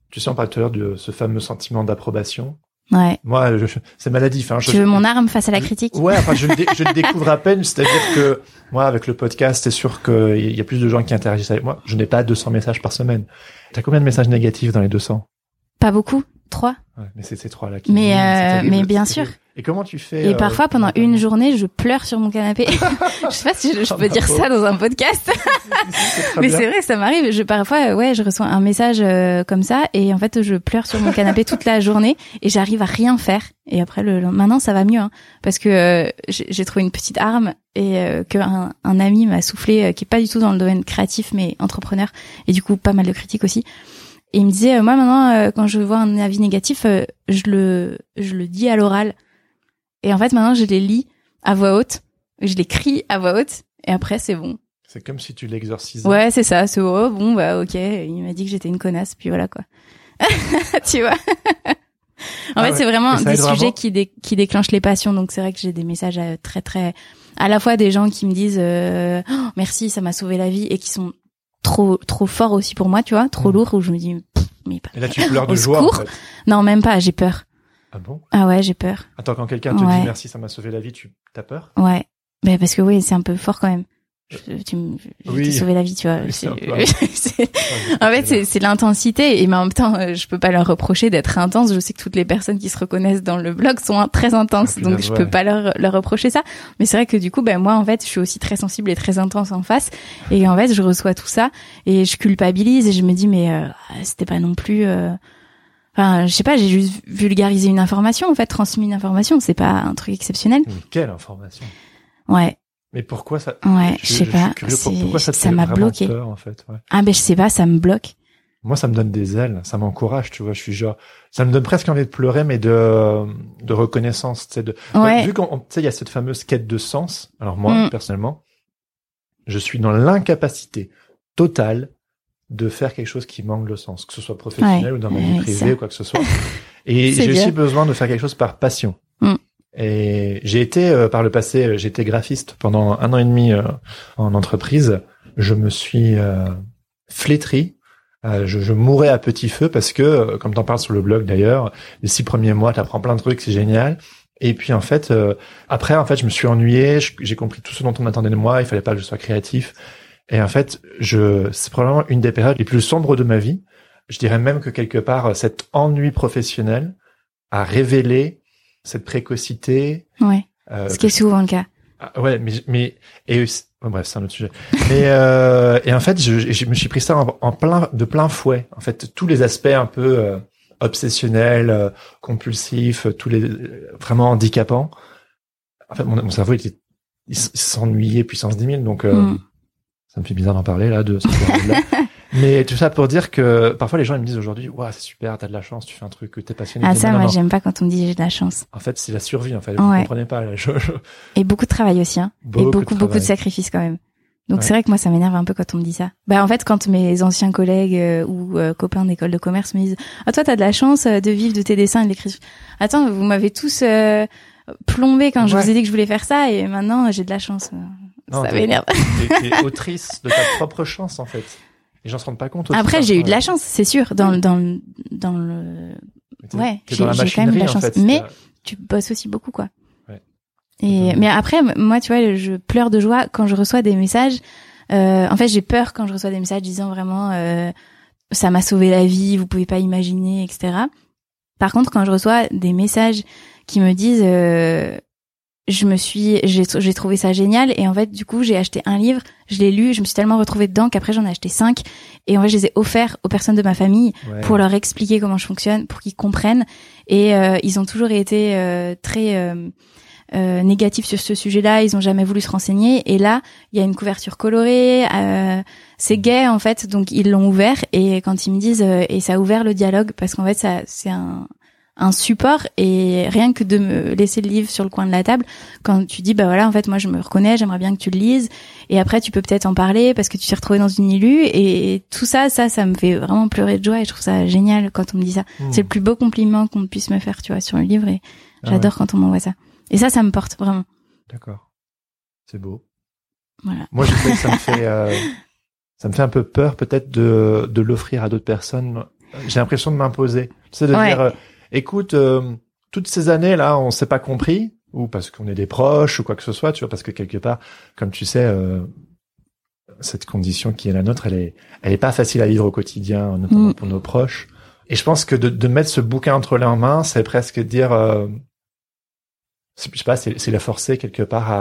Tu sais, on parlait tout à l'heure de ce fameux sentiment d'approbation. Ouais. Moi, c'est maladif. Hein. Tu veux mon arme face à la critique? Ouais, enfin, je le découvre à peine. C'est-à-dire que moi, avec le podcast, c'est sûr qu'il y a plus de gens qui interagissent avec moi. Je n'ai pas 200 messages par semaine. T'as combien de messages négatifs dans les 200? Pas beaucoup. 3. Ouais, mais c'est ces 3 là qui. Mais bien sûr. Et comment tu fais? Et parfois, pendant une journée, je pleure sur mon canapé. Je sais pas si je peux dire ça dans un podcast. Mais c'est vrai, ça m'arrive. Parfois, je reçois un message comme ça, et en fait, je pleure sur mon canapé toute la journée, et j'arrive à rien faire. Et après, maintenant, ça va mieux, hein, parce que j'ai trouvé une petite arme, et qu'un ami m'a soufflé, qui est pas du tout dans le domaine créatif, mais entrepreneur, et du coup, pas mal de critiques aussi. Et il me disait, moi maintenant, quand je vois un avis négatif, je le dis à l'oral. Et en fait, maintenant, je les lis à voix haute, je les crie à voix haute, et après, c'est bon. C'est comme si tu l'exorcisais. Ouais, c'est ça. C'est bon, bah ok. Il m'a dit que j'étais une connasse, puis voilà quoi. Tu vois. En fait, c'est vraiment des sujets qui déclenchent les passions. Donc c'est vrai que j'ai des messages très très, à la fois des gens qui me disent oh, merci, ça m'a sauvé la vie, et qui sont trop forts aussi pour moi, tu vois, trop lourds, où je me dis mais pas. Et là, tu pleures de joie. En fait. Non, même pas. J'ai peur. Ah bon? Ah ouais, j'ai peur. Attends, quand quelqu'un te dit merci, ça m'a sauvé la vie, t'as peur? Ouais. Mais parce que oui, c'est un peu fort quand même. Je t'ai sauvé la vie, tu vois. En fait, c'est l'intensité, et mais en même temps, je peux pas leur reprocher d'être intense. Je sais que toutes les personnes qui se reconnaissent dans le blog sont très intenses, donc je peux pas leur reprocher ça. Mais c'est vrai que du coup, moi, en fait, je suis aussi très sensible et très intense en face, et en fait, je reçois tout ça, et je culpabilise, et je me dis, mais c'était pas non plus. Enfin, je sais pas, j'ai juste vulgarisé une information, en fait, transmis une information. C'est pas un truc exceptionnel. Mais quelle information? Ouais. Mais pourquoi ça? Ouais, je sais pas. Pourquoi ça m'a bloqué. Peur, en fait, ouais. Ah je sais pas, ça me bloque. Moi, ça me donne des ailes, ça m'encourage, tu vois. Je suis genre, ça me donne presque envie de pleurer, mais de reconnaissance, tu sais. Ouais. Vu qu'on, tu sais, il y a cette fameuse quête de sens. Alors moi, personnellement, je suis dans l'incapacité totale de faire quelque chose qui manque de sens, que ce soit professionnel ou dans ma vie privée ou quoi que ce soit. Et j'ai aussi besoin de faire quelque chose par passion. Et j'ai été, par le passé, j'ai été graphiste pendant 1 an et demi en entreprise. Je me suis flétri. Je mourais à petit feu parce que, comme t'en parles sur le blog d'ailleurs, les 6 premiers mois, t'apprends plein de trucs, c'est génial. Et puis en fait, après, je me suis ennuyé. J'ai compris tout ce dont on attendait de moi. Il fallait pas que je sois créatif. Et en fait, c'est probablement une des périodes les plus sombres de ma vie. Je dirais même que quelque part, cet ennui professionnel a révélé cette précocité. Ouais. Ce qui est souvent le cas. Ouais, bref, c'est un autre sujet. Et en fait, je me suis pris ça de plein fouet. En fait, tous les aspects un peu obsessionnels, compulsifs, tous les vraiment handicapants. En fait, mon cerveau il s'ennuyait puissance 10 000, donc ça me fait bizarre d'en parler là de cette période-là. Mais tout ça pour dire que parfois les gens ils me disent aujourd'hui, waouh, c'est super, t'as de la chance, tu fais un truc que t'es passionné. Ah ça, moi j'aime pas quand on me dit j'ai de la chance. En fait, c'est la survie en fait. Vous comprenez pas. Là, Et beaucoup de travail aussi, hein. Et beaucoup de sacrifices quand même. Donc c'est vrai que moi ça m'énerve un peu quand on me dit ça. En fait, quand mes anciens collègues ou copains d'école de commerce me disent ah toi t'as de la chance de vivre de tes dessins et de l'écriture. Attends, vous m'avez tous plombé quand je vous ai dit que je voulais faire ça, et maintenant j'ai de la chance. Non, ça m'énerve. T'es autrice de ta propre chance en fait. Les gens se rendent pas compte. Après, j'ai eu de la chance, c'est sûr, dans le, ouais, j'ai quand même de la chance. En fait, mais tu bosses aussi beaucoup, quoi. Ouais. Mais après, moi, tu vois, je pleure de joie quand je reçois des messages. En fait, j'ai peur quand je reçois des messages disant vraiment, ça m'a sauvé la vie, vous pouvez pas imaginer, etc. Par contre, quand je reçois des messages qui me disent, j'ai trouvé ça génial, et en fait du coup j'ai acheté un livre, je l'ai lu, je me suis tellement retrouvée dedans qu'après j'en ai acheté 5, et en fait je les ai offerts aux personnes de ma famille pour leur expliquer comment je fonctionne, pour qu'ils comprennent, et ils ont toujours été très négatifs sur ce sujet-là, ils ont jamais voulu se renseigner, et là il y a une couverture colorée, c'est gay en fait, donc ils l'ont ouvert, et quand ils me disent et ça a ouvert le dialogue, parce qu'en fait ça c'est un support, et rien que de me laisser le livre sur le coin de la table, quand tu dis bah voilà, en fait moi je me reconnais, j'aimerais bien que tu le lises, et après tu peux peut-être en parler parce que tu t'es retrouvé dans une illue, et tout ça me fait vraiment pleurer de joie, et je trouve ça génial quand on me dit ça. C'est le plus beau compliment qu'on puisse me faire, tu vois, sur le livre, et j'adore quand on m'envoie ça, et ça me porte vraiment. D'accord, c'est beau. Voilà. Moi je sais que ça me fait un peu peur peut-être de l'offrir à d'autres personnes. j'ai l'impression de m'imposer. Tu sais, de dire, écoute, toutes ces années là, on s'est pas compris, ou parce qu'on est des proches ou quoi que ce soit, tu vois, parce que quelque part, comme tu sais, cette condition qui est la nôtre, elle est pas facile à vivre au quotidien, notamment pour nos proches. Et je pense que de mettre ce bouquin entre leurs mains, c'est presque dire, je sais pas, c'est la forcer quelque part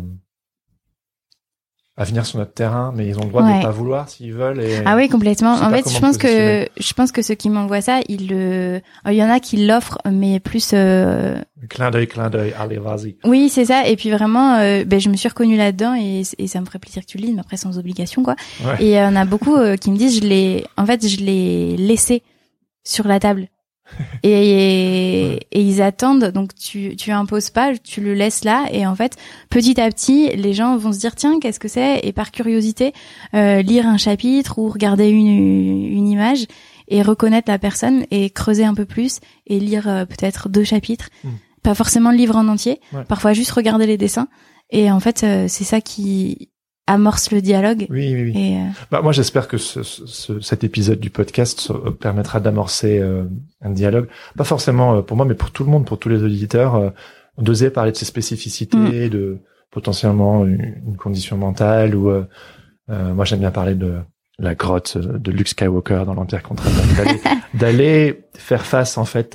à venir sur notre terrain, mais ils ont le droit de pas vouloir s'ils veulent. Et ah oui, complètement. En fait, je pense que ceux qui m'envoient ça, il y en a qui l'offrent, mais plus clin d'œil, allez, vas-y. Oui, c'est ça. Et puis vraiment, je me suis reconnue là-dedans et ça me ferait plaisir que tu le lises, mais après sans obligation, quoi. Ouais. Et il y en a beaucoup qui me disent, je l'ai laissé sur la table. Et ils attendent, donc tu imposes pas, tu le laisses là, et en fait petit à petit les gens vont se dire tiens, qu'est-ce que c'est, et par curiosité lire un chapitre ou regarder une image et reconnaître la personne et creuser un peu plus et lire peut-être 2 chapitres, pas forcément le livre en entier, parfois juste regarder les dessins, et en fait c'est ça qui amorce le dialogue. Oui. Et moi, j'espère que cet épisode du podcast permettra d'amorcer un dialogue. Pas forcément pour moi, mais pour tout le monde, pour tous les auditeurs, d'oser parler de ses spécificités, de potentiellement une condition mentale, ou moi, j'aime bien parler de la grotte de Luke Skywalker dans l'Empire contre-attaque, d'aller faire face en fait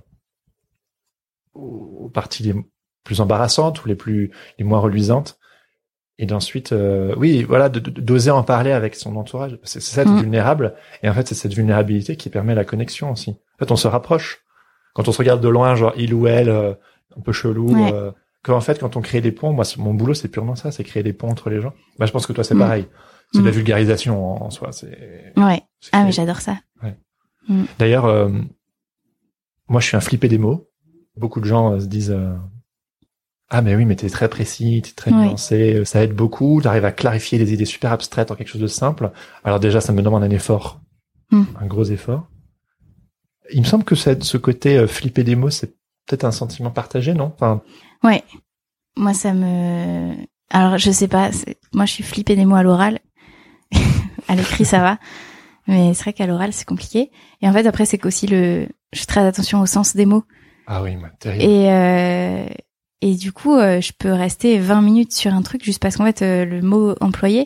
aux parties les plus embarrassantes ou les moins reluisantes. Et d'ensuite, d'oser en parler avec son entourage. C'est ça, être vulnérable. Et en fait, c'est cette vulnérabilité qui permet la connexion aussi. En fait, on se rapproche. Quand on se regarde de loin, genre il ou elle, un peu chelou. En fait, quand on crée des ponts, moi, mon boulot, c'est purement ça, c'est créer des ponts entre les gens. Bah, je pense que toi, c'est pareil. C'est de la vulgarisation en soi. Mais j'adore ça. Ouais. D'ailleurs, moi, je suis un flippé des mots. Beaucoup de gens se disent... Ah mais oui, mais t'es très précis, t'es très nuancé, ça aide beaucoup, t'arrives à clarifier des idées super abstraites en quelque chose de simple. Alors déjà, ça me demande un effort, un gros effort. Il me semble que ce côté flipper des mots, c'est peut-être un sentiment partagé, non? Enfin... Ouais. Moi, alors je sais pas, moi je suis flippée des mots à l'oral. À l'écrit, ça va. Mais c'est vrai qu'à l'oral, c'est compliqué. Et en fait, après, c'est qu'aussi je fais très attention au sens des mots. Ah oui, terrible. Et du coup, je peux rester 20 minutes sur un truc juste parce qu'en fait, le mot employé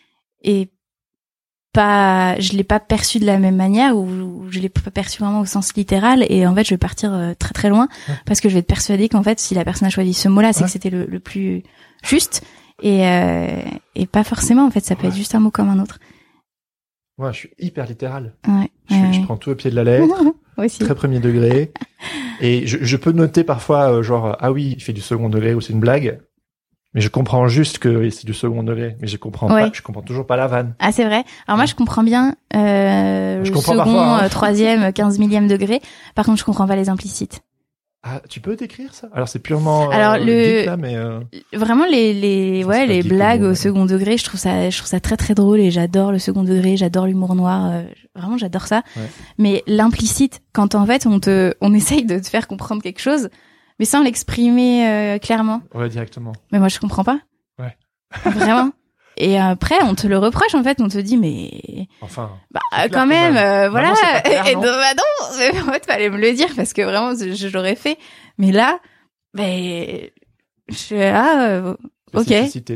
je l'ai pas perçu de la même manière, ou je l'ai pas perçu vraiment au sens littéral, et en fait, je vais partir très très loin parce que je vais être persuadée qu'en fait, si la personne a choisi ce mot-là, c'est que c'était le plus juste, et pas forcément, en fait, ça peut être juste un mot comme un autre. Moi, je suis hyper littéral. Je prends tout au pied de la lettre. Aussi. Très premier degré. Et je peux noter parfois, ah oui, il fait du second degré, ou c'est une blague. Mais je comprends juste que c'est du second degré. Mais je comprends toujours pas la vanne. Ah, c'est vrai. Alors moi, je comprends bien, le second, parfois, troisième, 15 millième degré. Par contre, je comprends pas les implicites. Ah, tu peux décrire ça? Alors c'est purement geek, là, mais vraiment les blagues au second degré, je trouve ça très très drôle, et j'adore le second degré, j'adore l'humour noir, vraiment j'adore ça. Mais l'implicite, quand en fait on essaye de te faire comprendre quelque chose, mais sans l'exprimer clairement. Ouais, directement. Mais moi je comprends pas. Ouais. Vraiment. Et après, on te le reproche, en fait, on te dit, mais... Enfin... quand même, voilà. Clair, et non, en fait, fallait me le dire, parce que vraiment, je l'aurais fait. Mais là, je suis ok.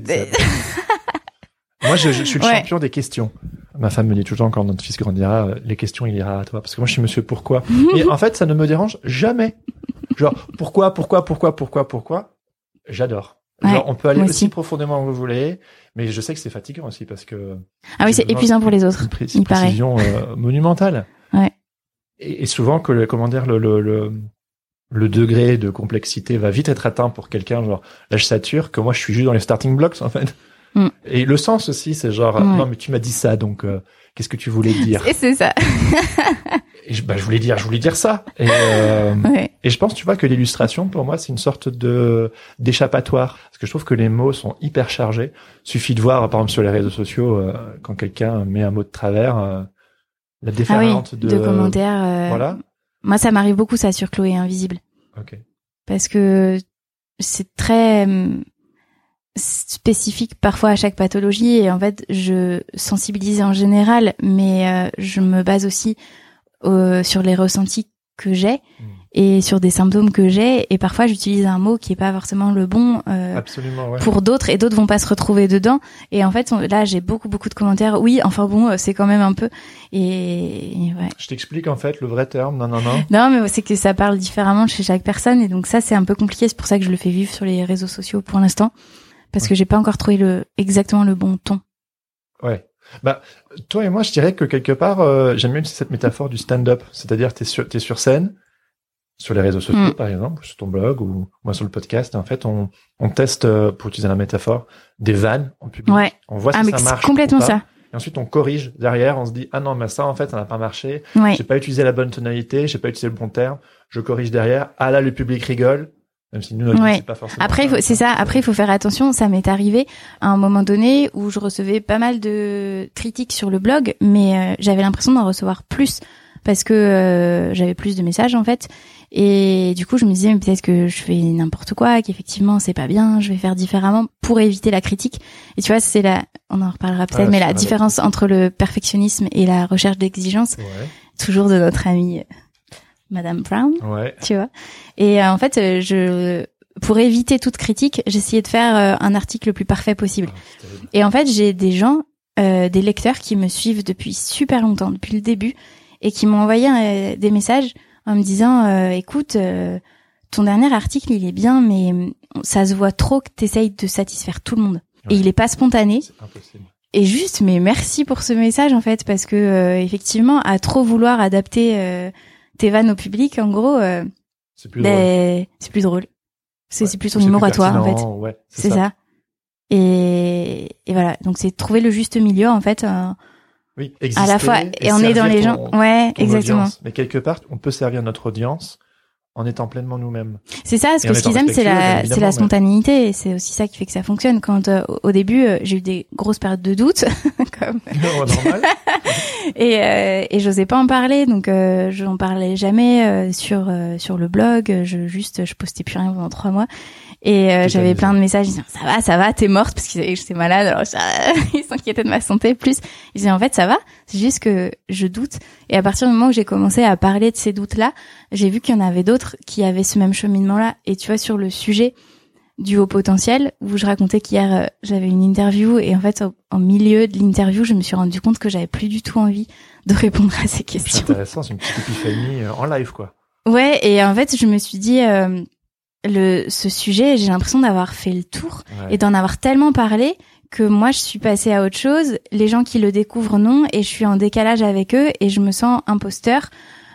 Moi, je suis le champion des questions. Ma femme me dit tout le temps, quand notre fils grandira, les questions, il ira à toi. Parce que moi, je suis monsieur pourquoi. Et en fait, ça ne me dérange jamais. Genre, pourquoi? J'adore. Genre, on peut aller aussi profondément où vous voulez, mais je sais que c'est fatigant aussi parce que... Ah oui, c'est épuisant pour les autres. Une précision monumentale. Ouais. Et souvent que le degré de complexité va vite être atteint pour quelqu'un, genre, là je sature, que moi je suis juste dans les starting blocks, en fait. Et le sens aussi, c'est genre, non mais tu m'as dit ça, donc qu'est-ce que tu voulais dire? Et c'est ça. Et je voulais dire ça. Et je pense, tu vois, que l'illustration, pour moi, c'est une sorte d'échappatoire. Parce que je trouve que les mots sont hyper chargés. Suffit de voir, par exemple, sur les réseaux sociaux, quand quelqu'un met un mot de travers, la déferlante de commentaires. Voilà. Moi, ça m'arrive beaucoup, ça, sur Chloé Invisible. Ok. Parce que c'est très spécifique parfois à chaque pathologie, et en fait, je sensibilise en général, mais je me base aussi sur les ressentis que j'ai et sur des symptômes que j'ai, et parfois j'utilise un mot qui est pas forcément le bon Absolument, ouais. pour d'autres, et d'autres vont pas se retrouver dedans, et en fait là j'ai beaucoup de commentaires, oui enfin bon c'est quand même un peu, et ouais. Je t'explique en fait le vrai terme. Non mais c'est que ça parle différemment chez chaque personne, et donc ça c'est un peu compliqué, c'est pour ça que je le fais vivre sur les réseaux sociaux pour l'instant, parce que j'ai pas encore trouvé exactement le bon ton. Ouais. Bah, toi et moi, je dirais que quelque part, j'aime bien cette métaphore du stand-up. C'est-à-dire, t'es sur scène, sur les réseaux sociaux, par exemple, sur ton blog, ou moi sur le podcast. Et en fait, on teste, pour utiliser la métaphore, des vannes en public. Ouais. On voit si ça marche. C'est complètement ça. Et ensuite, on corrige derrière. On se dit, ah non, mais ça, en fait, ça n'a pas marché. Ouais. J'ai pas utilisé la bonne tonalité. J'ai pas utilisé le bon terme. Je corrige derrière. Ah là, le public rigole. Même si nous, notre c'est pas forcément. Après, c'est ça. Après, il faut faire attention. Ça m'est arrivé à un moment donné où je recevais pas mal de critiques sur le blog, mais j'avais l'impression d'en recevoir plus parce que j'avais plus de messages en fait. Et du coup, je me disais, mais peut-être que je fais n'importe quoi, qu'effectivement, c'est pas bien, je vais faire différemment pour éviter la critique. Et tu vois, on en reparlera peut-être, mais la différence entre le perfectionnisme et la recherche d'exigence, toujours de notre amie Madame Brown, tu vois. Et en fait, pour éviter toute critique, j'essayais de faire un article le plus parfait possible. Et en fait, j'ai des gens, des lecteurs qui me suivent depuis super longtemps, depuis le début, et qui m'ont envoyé des messages en me disant, écoute, ton dernier article, il est bien, mais ça se voit trop que t'essayes de satisfaire tout le monde. Et il est pas spontané. C'est impossible. Et juste, mais merci pour ce message, en fait, parce que, effectivement, à trop vouloir adapter, tes vannes au public, en gros, c'est plus drôle. C'est plus drôle. C'est plus ton humour à toi, en fait. Ouais, c'est ça. Et voilà. Donc, c'est trouver le juste milieu, en fait. Oui, exister. À la fois, et on est dans les gens. Ouais, exactement. Audience. Mais quelque part, on peut servir notre audience en étant pleinement nous-mêmes. C'est ça, parce que ce qu'ils aiment, c'est la spontanéité, et c'est aussi ça qui fait que ça fonctionne. Quand, au début, j'ai eu des grosses périodes de doute, comme. Normal. Et j'osais pas en parler, donc, j'en parlais jamais, sur le blog, je postais plus rien pendant 3 mois. Et j'avais plein de messages disant ça va, t'es morte, parce qu'ils savaient que j'étais malade, alors ils s'inquiétaient de ma santé plus. Ils disaient en fait ça va, c'est juste que je doute. Et à partir du moment où j'ai commencé à parler de ces doutes-là, j'ai vu qu'il y en avait d'autres qui avaient ce même cheminement-là. Et tu vois, sur le sujet du haut potentiel, où je racontais qu'hier j'avais une interview, et en fait en milieu de l'interview, je me suis rendu compte que j'avais plus du tout envie de répondre à ces questions. C'est intéressant, c'est une petite épiphanie en live, quoi. Ouais, et en fait je me suis dit ce sujet, j'ai l'impression d'avoir fait le tour et d'en avoir tellement parlé que moi je suis passée à autre chose. Les gens qui le découvrent non, et je suis en décalage avec eux, et je me sens imposteur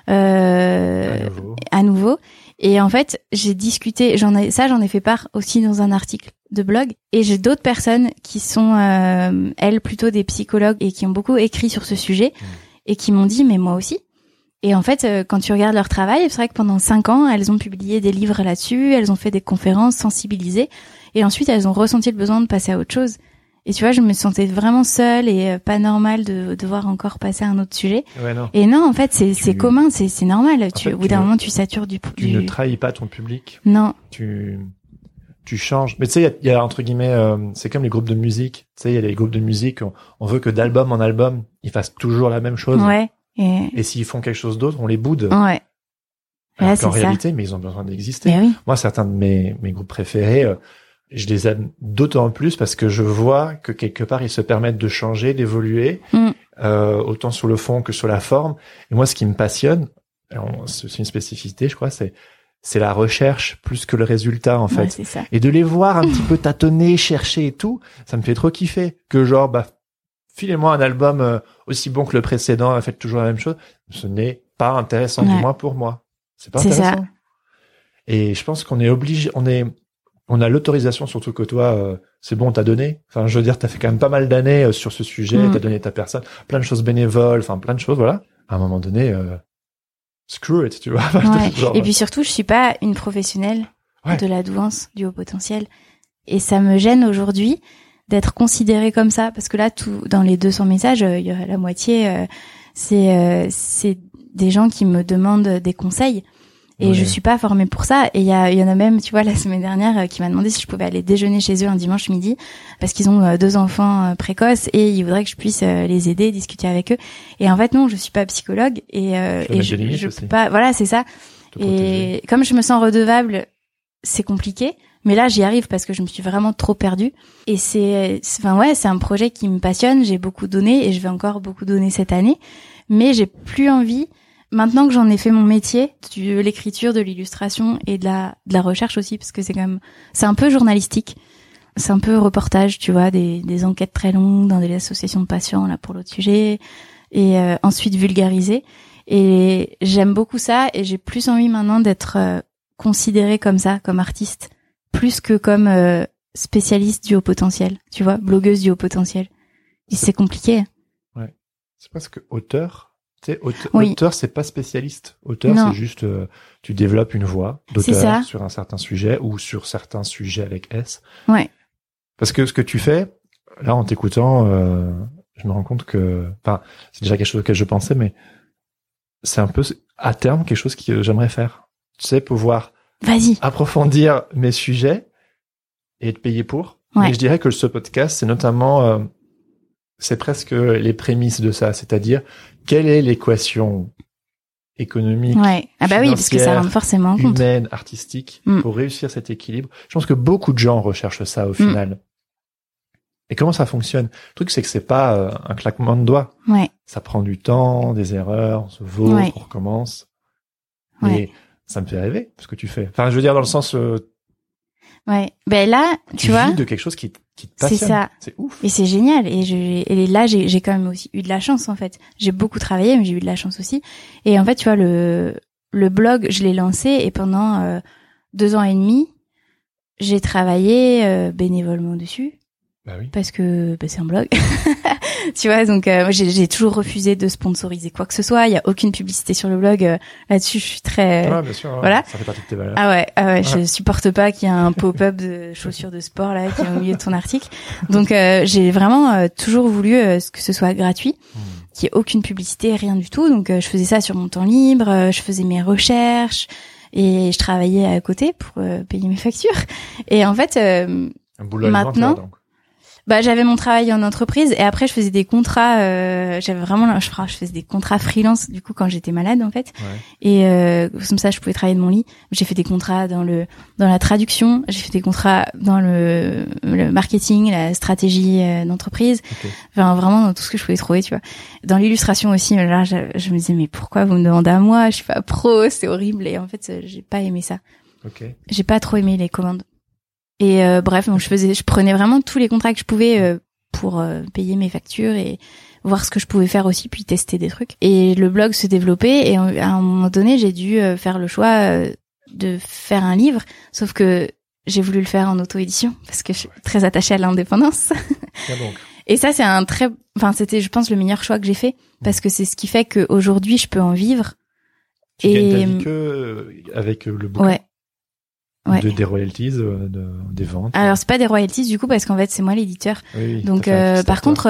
à nouveau. Et en fait, j'ai discuté, j'en ai fait part aussi dans un article de blog, et j'ai d'autres personnes qui sont elles plutôt des psychologues et qui ont beaucoup écrit sur ce sujet et qui m'ont dit mais moi aussi. Et en fait, quand tu regardes leur travail, c'est vrai que pendant 5 ans, elles ont publié des livres là-dessus, elles ont fait des conférences sensibilisées, et ensuite elles ont ressenti le besoin de passer à autre chose. Et tu vois, je me sentais vraiment seule et pas normal de devoir encore passer à un autre sujet. Ouais, non. Et non, en fait, c'est commun, c'est normal. Au bout d'un moment, tu satures du... Tu ne trahis pas ton public. Non. Tu changes. Mais tu sais, il y a entre guillemets, c'est comme les groupes de musique. Tu sais, il y a les groupes de musique, on veut que d'album en album, ils fassent toujours la même chose. Ouais. Et s'ils font quelque chose d'autre, on les boude. Ouais. Alors qu'en réalité, mais ils ont besoin d'exister. Oui. Moi, certains de mes groupes préférés, je les aime d'autant plus parce que je vois que quelque part, ils se permettent de changer, d'évoluer, autant sur le fond que sur la forme. Et moi, ce qui me passionne, c'est une spécificité, je crois, c'est la recherche plus que le résultat, en fait. Ouais, c'est ça. Et de les voir un petit peu tâtonner, chercher et tout, ça me fait trop kiffer. Que genre, filez-moi un album aussi bon que le précédent, faites toujours la même chose. Ce n'est pas intéressant, du moins pour moi. C'est pas intéressant. Ça. Et je pense qu'on est obligé, on a l'autorisation, surtout que toi, c'est bon, t'as donné. Enfin, je veux dire, t'as fait quand même pas mal d'années sur ce sujet, t'as donné ta personne, plein de choses bénévoles, enfin, plein de choses, voilà. À un moment donné, screw it, tu vois. Ouais. Genre, et puis surtout, je suis pas une professionnelle de la douance, du haut potentiel. Et ça me gêne aujourd'hui d'être considérée comme ça, parce que là, dans les 200 messages, il y a la moitié, c'est des gens qui me demandent des conseils. Et je suis pas formée pour ça. Et il y en a même, tu vois, la semaine dernière, qui m'a demandé si je pouvais aller déjeuner chez eux un dimanche midi, parce qu'ils ont 2 enfants précoces et ils voudraient que je puisse les aider, discuter avec eux. Et en fait, non, je suis pas psychologue et je peux pas. Voilà, c'est ça. Et comme je me sens redevable, c'est compliqué. Mais là, j'y arrive parce que je me suis vraiment trop perdue. Et c'est un projet qui me passionne. J'ai beaucoup donné et je vais encore beaucoup donner cette année. Mais j'ai plus envie. Maintenant que j'en ai fait mon métier, de l'écriture, de l'illustration et de la recherche aussi, parce que c'est un peu journalistique. C'est un peu reportage, tu vois, des enquêtes très longues dans des associations de patients, là, pour l'autre sujet. Et ensuite vulgariser. Et j'aime beaucoup ça et j'ai plus envie maintenant d'être considérée comme ça, comme artiste, plus que comme spécialiste du haut potentiel, tu vois, blogueuse du haut potentiel. Et c'est compliqué. Ouais. C'est parce que auteur, tu sais, auteur, c'est pas spécialiste. Auteur, c'est juste, tu développes une voix d'auteur sur un certain sujet ou sur certains sujets avec S. Ouais. Parce que ce que tu fais, là, en t'écoutant, je me rends compte que, enfin, c'est déjà quelque chose auquel je pensais, mais c'est un peu, à terme, quelque chose que j'aimerais faire. Tu sais, pouvoir approfondir mes sujets et être payé pour. Ouais. Et je dirais que ce podcast, c'est notamment, c'est presque les prémices de ça, c'est-à-dire quelle est l'équation économique, ah bah oui, parce que ça rentre forcément en compte, humaine, artistique, pour réussir cet équilibre. Je pense que beaucoup de gens recherchent ça au final. Et comment ça fonctionne? Le truc, c'est que c'est pas un claquement de doigts. Ouais. Ça prend du temps, des erreurs, on se vaut, on recommence. Mais ça me fait rêver ce que tu fais. Enfin, je veux dire dans le sens. Ben là, tu vois. Tu vis de quelque chose qui te passionne. C'est ça. C'est ouf. Et c'est génial. Et là, j'ai quand même aussi eu de la chance, en fait. J'ai beaucoup travaillé, mais j'ai eu de la chance aussi. Et en fait, tu vois, le blog, je l'ai lancé et pendant 2 ans et demi, j'ai travaillé bénévolement dessus. Bah oui. Parce que c'est un blog. Tu vois, donc j'ai toujours refusé de sponsoriser quoi que ce soit. Il y a aucune publicité sur le blog. Là-dessus, je suis très bien sûr, voilà. Ça fait partie de tes valeurs. Ah ouais, je supporte pas qu'il y ait un pop-up de chaussures de sport là qui est au milieu de ton article. Donc j'ai vraiment toujours voulu que ce soit gratuit, qu'il y ait aucune publicité, rien du tout. Donc je faisais ça sur mon temps libre, je faisais mes recherches et je travaillais à côté pour payer mes factures. Et en fait un boulot maintenant donc. Bah j'avais mon travail en entreprise et après je faisais des contrats je faisais des contrats freelance du coup quand j'étais malade en fait. Et comme ça je pouvais travailler de mon lit. J'ai fait des contrats dans la traduction, j'ai fait des contrats dans le marketing, la stratégie d'entreprise. Enfin vraiment dans tout ce que je pouvais trouver, tu vois. Dans l'illustration aussi, là je me disais mais pourquoi vous me demandez à moi, je suis pas pro, c'est horrible et en fait j'ai pas aimé ça. J'ai pas trop aimé les commandes. Et bref, donc je prenais vraiment tous les contrats que je pouvais pour payer mes factures et voir ce que je pouvais faire aussi, puis tester des trucs. Et le blog se développait et à un moment donné, j'ai dû faire le choix de faire un livre, sauf que j'ai voulu le faire en auto-édition parce que je suis très attachée à l'indépendance. Et ça, c'était, je pense, le meilleur choix que j'ai fait parce que c'est ce qui fait qu'aujourd'hui, je peux en vivre. Tu gagnes ta vie que avec le bouquin. Des royalties, des ventes. Alors c'est pas des royalties du coup parce qu'en fait c'est moi l'éditeur. Oui, donc par contre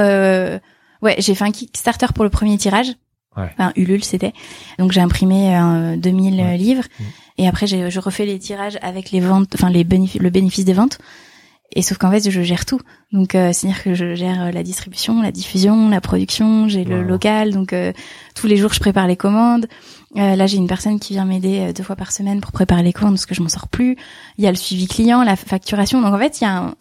j'ai fait un Kickstarter pour le premier tirage. Enfin Ulule c'était. Donc j'ai imprimé 2000 livres et après je refais les tirages avec les ventes, enfin le bénéfice des ventes. Et sauf qu'en fait je gère tout. Donc c'est-à-dire que je gère la distribution, la diffusion, la production, j'ai le local, donc tous les jours je prépare les commandes. Là, j'ai une personne qui vient m'aider 2 fois par semaine pour préparer les commandes parce que je m'en sors plus. Il y a le suivi client, la facturation. Donc en fait, il y a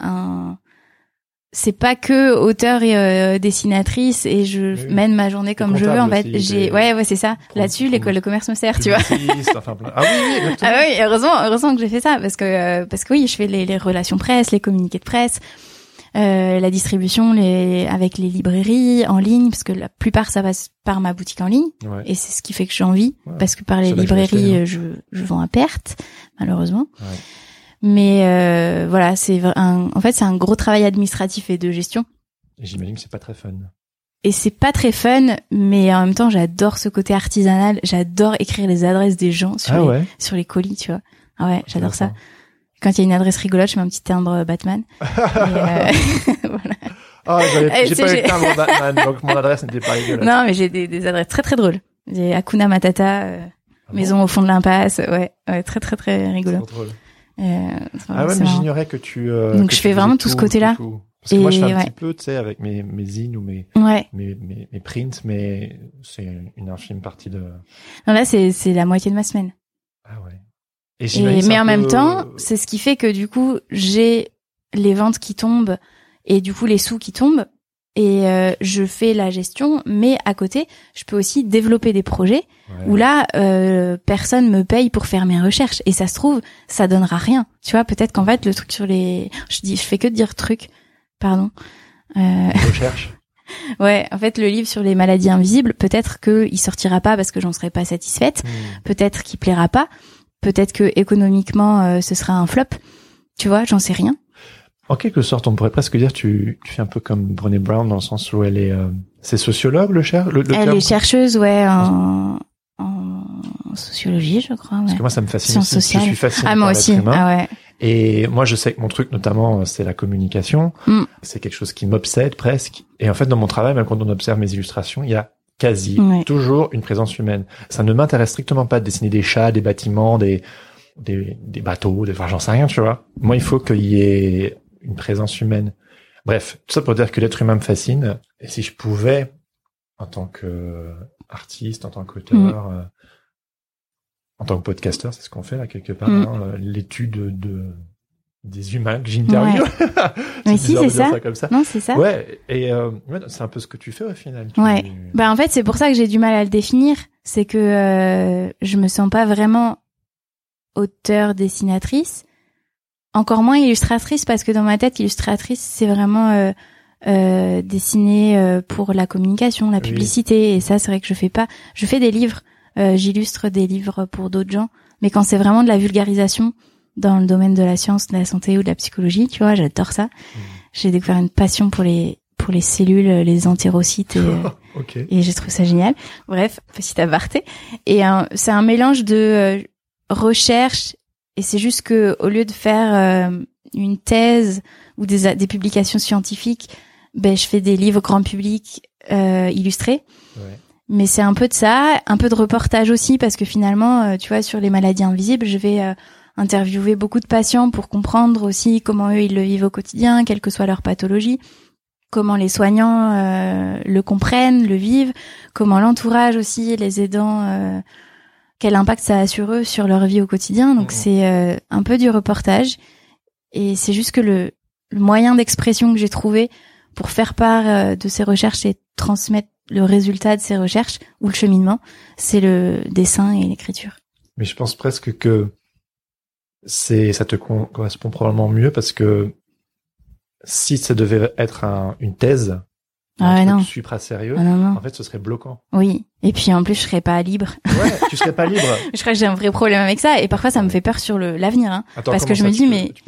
c'est pas que auteur et dessinatrice et je mène ma journée comme je veux en fait. C'est ça. Là-dessus, l'école de commerce me sert, tu vois. Ah oui, heureusement que j'ai fait ça parce que oui, je fais les relations presse, les communiqués de presse. La distribution avec les librairies en ligne parce que la plupart ça passe par ma boutique en ligne et c'est ce qui fait que j'en vis parce que par les librairies je vends à perte malheureusement. Mais voilà, en fait c'est un gros travail administratif et de gestion. Et j'imagine que c'est pas très fun. Et c'est pas très fun, mais en même temps j'adore ce côté artisanal, j'adore écrire les adresses des gens sur les colis, tu vois. Ah ouais, j'adore ça. Quand il y a une adresse rigolote, je mets un petit timbre Batman. Voilà. J'ai pas eu le timbre Batman, donc mon adresse n'était pas rigolote. Non, mais j'ai des adresses très très drôles. J'ai Hakuna Matata. Maison au fond de l'impasse, ouais, très très très rigolo. C'est trop drôle. Ouais, mais j'ignorais que tu. Donc que je tu fais vraiment faisais tout ce côté-là. tout. Parce que moi, je fais un ouais. petit peu, tu sais, avec mes zines ou mes prints, mais c'est une infime partie de. Non, là, c'est la moitié de ma semaine. Ah ouais. Mais en même temps, c'est ce qui fait que du coup, j'ai les ventes qui tombent et du coup les sous qui tombent et je fais la gestion, mais à côté, je peux aussi développer des projets où là, personne me paye pour faire mes recherches et ça se trouve, ça donnera rien. Tu vois, peut-être qu'en fait, le truc sur les, je fais que de dire truc. Pardon. Recherche. Ouais, en fait, le livre sur les maladies invisibles, peut-être que il sortira pas parce que j'en serai pas satisfaite. Peut-être qu'il plaira pas. Peut-être que économiquement, ce sera un flop. Tu vois, j'en sais rien. En quelque sorte, on pourrait presque dire tu fais un peu comme Brené Brown dans le sens où elle est, c'est sociologue le Elle est chercheuse, ouais, en sociologie, je crois. Ouais. Parce que moi, ça me fascine. Sciences sociales. Je suis fasciné moi par aussi. l'être humain. Ah ouais. Et moi, je sais que mon truc, notamment, c'est la communication. C'est quelque chose qui m'obsède presque. Et en fait, dans mon travail, même quand on observe mes illustrations, il y a quasi toujours une présence humaine. Ça ne m'intéresse strictement pas de dessiner des chats, des bâtiments, des bateaux, enfin, j'en sais rien, tu vois. Moi, il faut qu'il y ait une présence humaine. Bref, tout ça pour dire que l'être humain me fascine. Et si je pouvais, en tant que artiste, en tant qu'auteur, en tant que podcasteur, c'est ce qu'on fait là quelque part, l'étude des humains que j'interviewe. Ouais. Mais si, c'est ça. Comme ça. Non, c'est ça. Ouais, et c'est un peu ce que tu fais au final. Ouais. Bah en fait, c'est pour ça que j'ai du mal à le définir, c'est que je me sens pas vraiment auteure dessinatrice, encore moins illustratrice parce que dans ma tête, illustratrice, c'est vraiment dessiner pour la communication, la publicité et ça c'est vrai que je fais pas. Je fais des livres, j'illustre des livres pour d'autres gens, mais quand c'est vraiment de la vulgarisation dans le domaine de la science, de la santé ou de la psychologie, tu vois, j'adore ça. J'ai découvert une passion pour les cellules, les entérocytes et j'ai trouvé ça génial. Bref, petit aparté. Et c'est un mélange de recherche et c'est juste que au lieu de faire une thèse ou des publications scientifiques, ben je fais des livres grand public illustrés. Ouais. Mais c'est un peu de ça, un peu de reportage aussi parce que finalement, tu vois, sur les maladies invisibles, je vais interviewer beaucoup de patients pour comprendre aussi comment eux ils le vivent au quotidien, quelle que soit leur pathologie, comment les soignants le comprennent, le vivent, comment l'entourage aussi, les aidants, quel impact ça a sur eux, sur leur vie au quotidien. Donc c'est un peu du reportage et c'est juste que le moyen d'expression que j'ai trouvé pour faire part de ces recherches et transmettre le résultat de ces recherches ou le cheminement, c'est le dessin et l'écriture. Mais je pense presque que ça te correspond probablement mieux parce que si ça devait être une thèse, un truc supra sérieux, en fait, ce serait bloquant. Oui. Et puis, en plus, je serais pas libre. Ouais, tu serais pas libre. Je crois que j'ai un vrai problème avec ça. Et parfois, ça me fait peur sur l'avenir, hein. Attends, parce que je me dis, tu peux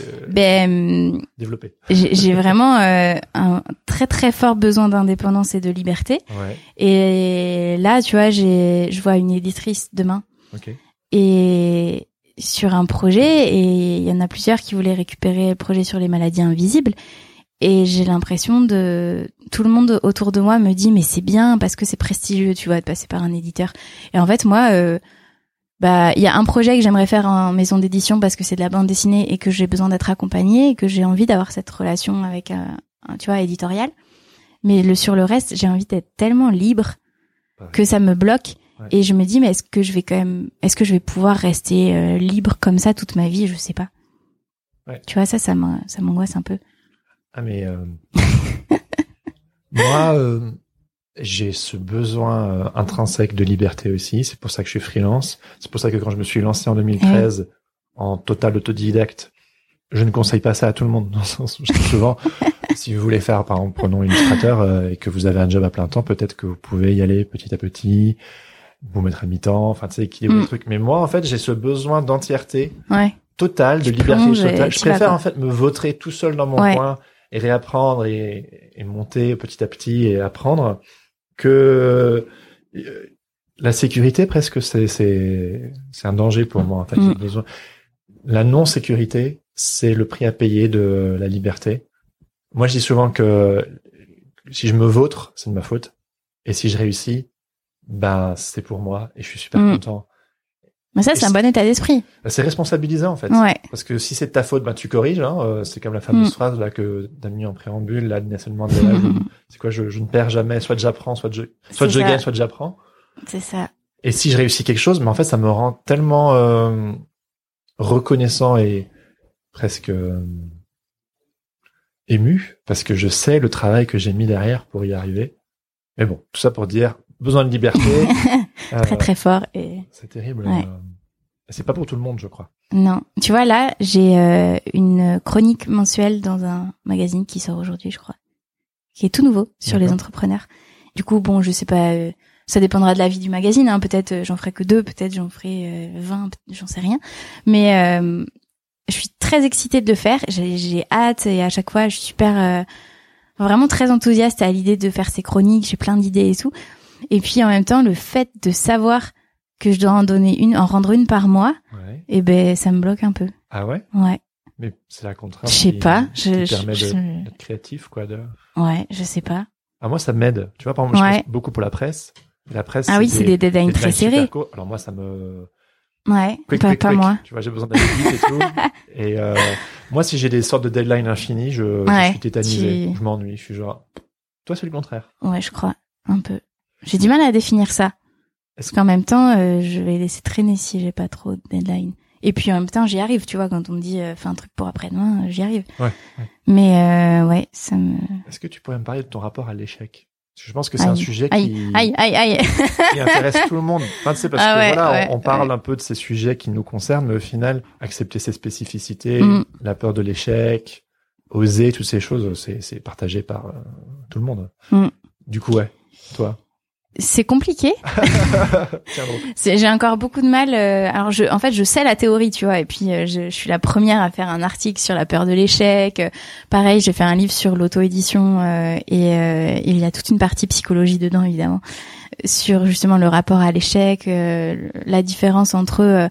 développer. J'ai vraiment, un très, très fort besoin d'indépendance et de liberté. Ouais. Et là, tu vois, je vois une éditrice demain. Ok. Et sur un projet, et il y en a plusieurs qui voulaient récupérer le projet sur les maladies invisibles. Et j'ai l'impression tout le monde autour de moi me dit mais c'est bien parce que c'est prestigieux, tu vois, de passer par un éditeur. Et en fait moi, il y a un projet que j'aimerais faire en maison d'édition parce que c'est de la bande dessinée et que j'ai besoin d'être accompagnée et que j'ai envie d'avoir cette relation avec un tu vois, éditorial. Mais sur le reste, j'ai envie d'être tellement libre que ça me bloque. Ouais. Et je me dis mais est-ce que je vais pouvoir rester libre comme ça toute ma vie, je sais pas. Ouais. Tu vois, ça m'angoisse un peu. Ah mais moi j'ai ce besoin intrinsèque de liberté aussi, c'est pour ça que je suis freelance, c'est pour ça que quand je me suis lancé en 2013 en total autodidacte, je ne conseille pas ça à tout le monde dans le sens où je dis souvent si vous voulez faire par exemple prenons illustrateur et que vous avez un job à plein temps, peut-être que vous pouvez y aller petit à petit, vous mettre à mi-temps, enfin tu sais équilibrer le truc, mais moi en fait, j'ai ce besoin d'entièreté totale, de liberté totale. Je préfère en fait me vautrer tout seul dans mon coin et réapprendre et monter petit à petit et apprendre que la sécurité presque c'est un danger pour moi en fait. J'ai besoin. La non-sécurité, c'est le prix à payer de la liberté. Moi, je dis souvent que si je me vautre, c'est de ma faute. Et si je réussis, c'est pour moi et je suis super content. Mais ça, c'est un bon état d'esprit. C'est responsabilisant, en fait. Ouais. Parce que si c'est de ta faute, tu corriges, hein. C'est comme la fameuse phrase, là, que t'as mis en préambule, là, de Nelson Mandela. C'est quoi, je ne perds jamais, soit j'apprends, soit je gagne, soit j'apprends. C'est ça. Et si je réussis quelque chose, mais en fait, ça me rend tellement, reconnaissant et presque, ému, parce que je sais le travail que j'ai mis derrière pour y arriver. Mais bon, tout ça pour dire, besoin de liberté. Très très fort et c'est terrible. Ouais. C'est pas pour tout le monde, je crois. Non, tu vois là, j'ai une chronique mensuelle dans un magazine qui sort aujourd'hui, je crois, qui est tout nouveau sur les entrepreneurs. Du coup, bon, je sais pas, ça dépendra de la vie du magazine. Hein. Peut-être j'en ferai que 2, peut-être j'en ferai 20, j'en sais rien. Mais je suis très excitée de le faire. J'ai hâte et à chaque fois, je suis super, vraiment très enthousiaste à l'idée de faire ces chroniques. J'ai plein d'idées et tout. Et puis en même temps, le fait de savoir que je dois en rendre une par mois, et ben ça me bloque un peu. Ah ouais? Ouais. Mais c'est la contrainte. Je sais pas. Qui permet d'être créatif, quoi. Ouais, je sais pas. Ah moi ça m'aide. Tu vois, par exemple, je pense beaucoup pour la presse. La presse. Ah oui, c'est des deadlines très serrés. Alors moi ça me. Ouais. Quick. Moi. Tu vois, j'ai besoin d'aller vite et tout. Et moi, si j'ai des sortes de deadlines infinies, je suis tétanisé. Je m'ennuie. Je suis genre. Toi, c'est le contraire. Ouais, je crois un peu. J'ai du mal à définir ça. Parce qu'en même temps, je vais laisser traîner si j'ai pas trop de deadline. Et puis en même temps, j'y arrive, tu vois, quand on me dit fais un truc pour après-demain, j'y arrive. Ouais. Mais ouais, ça me... Est-ce que tu pourrais me parler de ton rapport à l'échec? Je pense que c'est un sujet qui intéresse tout le monde. Enfin, tu sais, parce que on parle un peu de ces sujets qui nous concernent, mais au final, accepter ses spécificités, la peur de l'échec, oser, toutes ces choses, c'est partagé par tout le monde. Du coup, toi. C'est compliqué. J'ai encore beaucoup de mal. Alors, en fait, je sais la théorie, tu vois. Et puis, je suis la première à faire un article sur la peur de l'échec. Pareil, j'ai fait un livre sur l'auto-édition et il y a toute une partie psychologie dedans, évidemment, sur justement le rapport à l'échec, la différence entre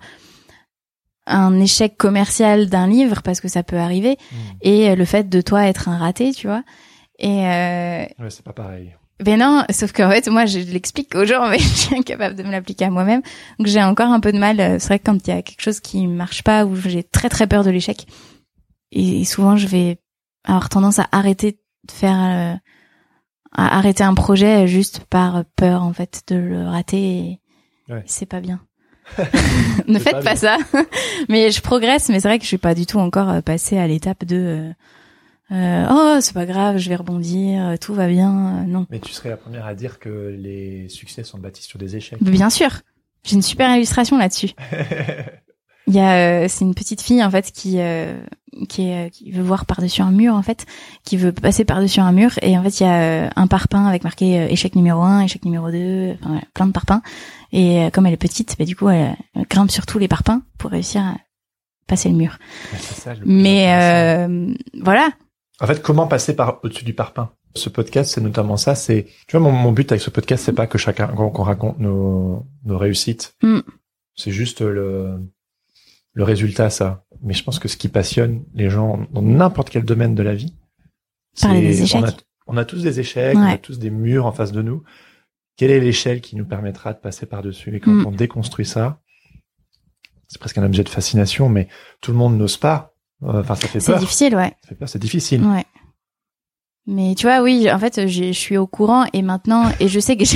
un échec commercial d'un livre, parce que ça peut arriver, et le fait de toi être un raté, tu vois. Et ouais, c'est pas pareil. Ben non, sauf qu'en fait, moi, je l'explique aux gens, mais je suis incapable de me l'appliquer à moi-même. Donc, j'ai encore un peu de mal. C'est vrai que quand il y a quelque chose qui marche pas, ou j'ai très très peur de l'échec, et souvent, je vais avoir tendance à arrêter de faire, à arrêter un projet juste par peur, en fait, de le rater. Et c'est pas bien. Ne faites pas ça. Mais je progresse, mais c'est vrai que je suis pas du tout encore passée à l'étape de... c'est pas grave, je vais rebondir, tout va bien, non. Mais tu serais la première à dire que les succès sont bâtis sur des échecs. Bien sûr. J'ai une super illustration là-dessus. Il y a, c'est une petite fille, en fait, qui veut voir par-dessus un mur, en fait, qui veut passer par-dessus un mur, et en fait, il y a un parpaing avec marqué échec numéro 1, échec numéro 2, enfin, voilà, plein de parpaings. Et comme elle est petite, du coup, elle grimpe sur tous les parpaings pour réussir à passer le mur. C'est ça, voilà. En fait, comment passer par au-dessus du parpaing? Ce podcast, c'est notamment ça. C'est, tu vois, mon but avec ce podcast, c'est pas que qu'on raconte nos réussites. C'est juste le résultat, ça. Mais je pense que ce qui passionne les gens dans n'importe quel domaine de la vie, parler des échecs. On a tous des échecs, on a tous des murs en face de nous. Quelle est l'échelle qui nous permettra de passer par-dessus? Et quand on déconstruit ça, c'est presque un objet de fascination, mais tout le monde n'ose pas. Enfin, ça fait peur. C'est difficile, ouais. Ça fait peur, c'est difficile. Ouais. Mais tu vois, oui, en fait, je suis au courant et maintenant, et je sais que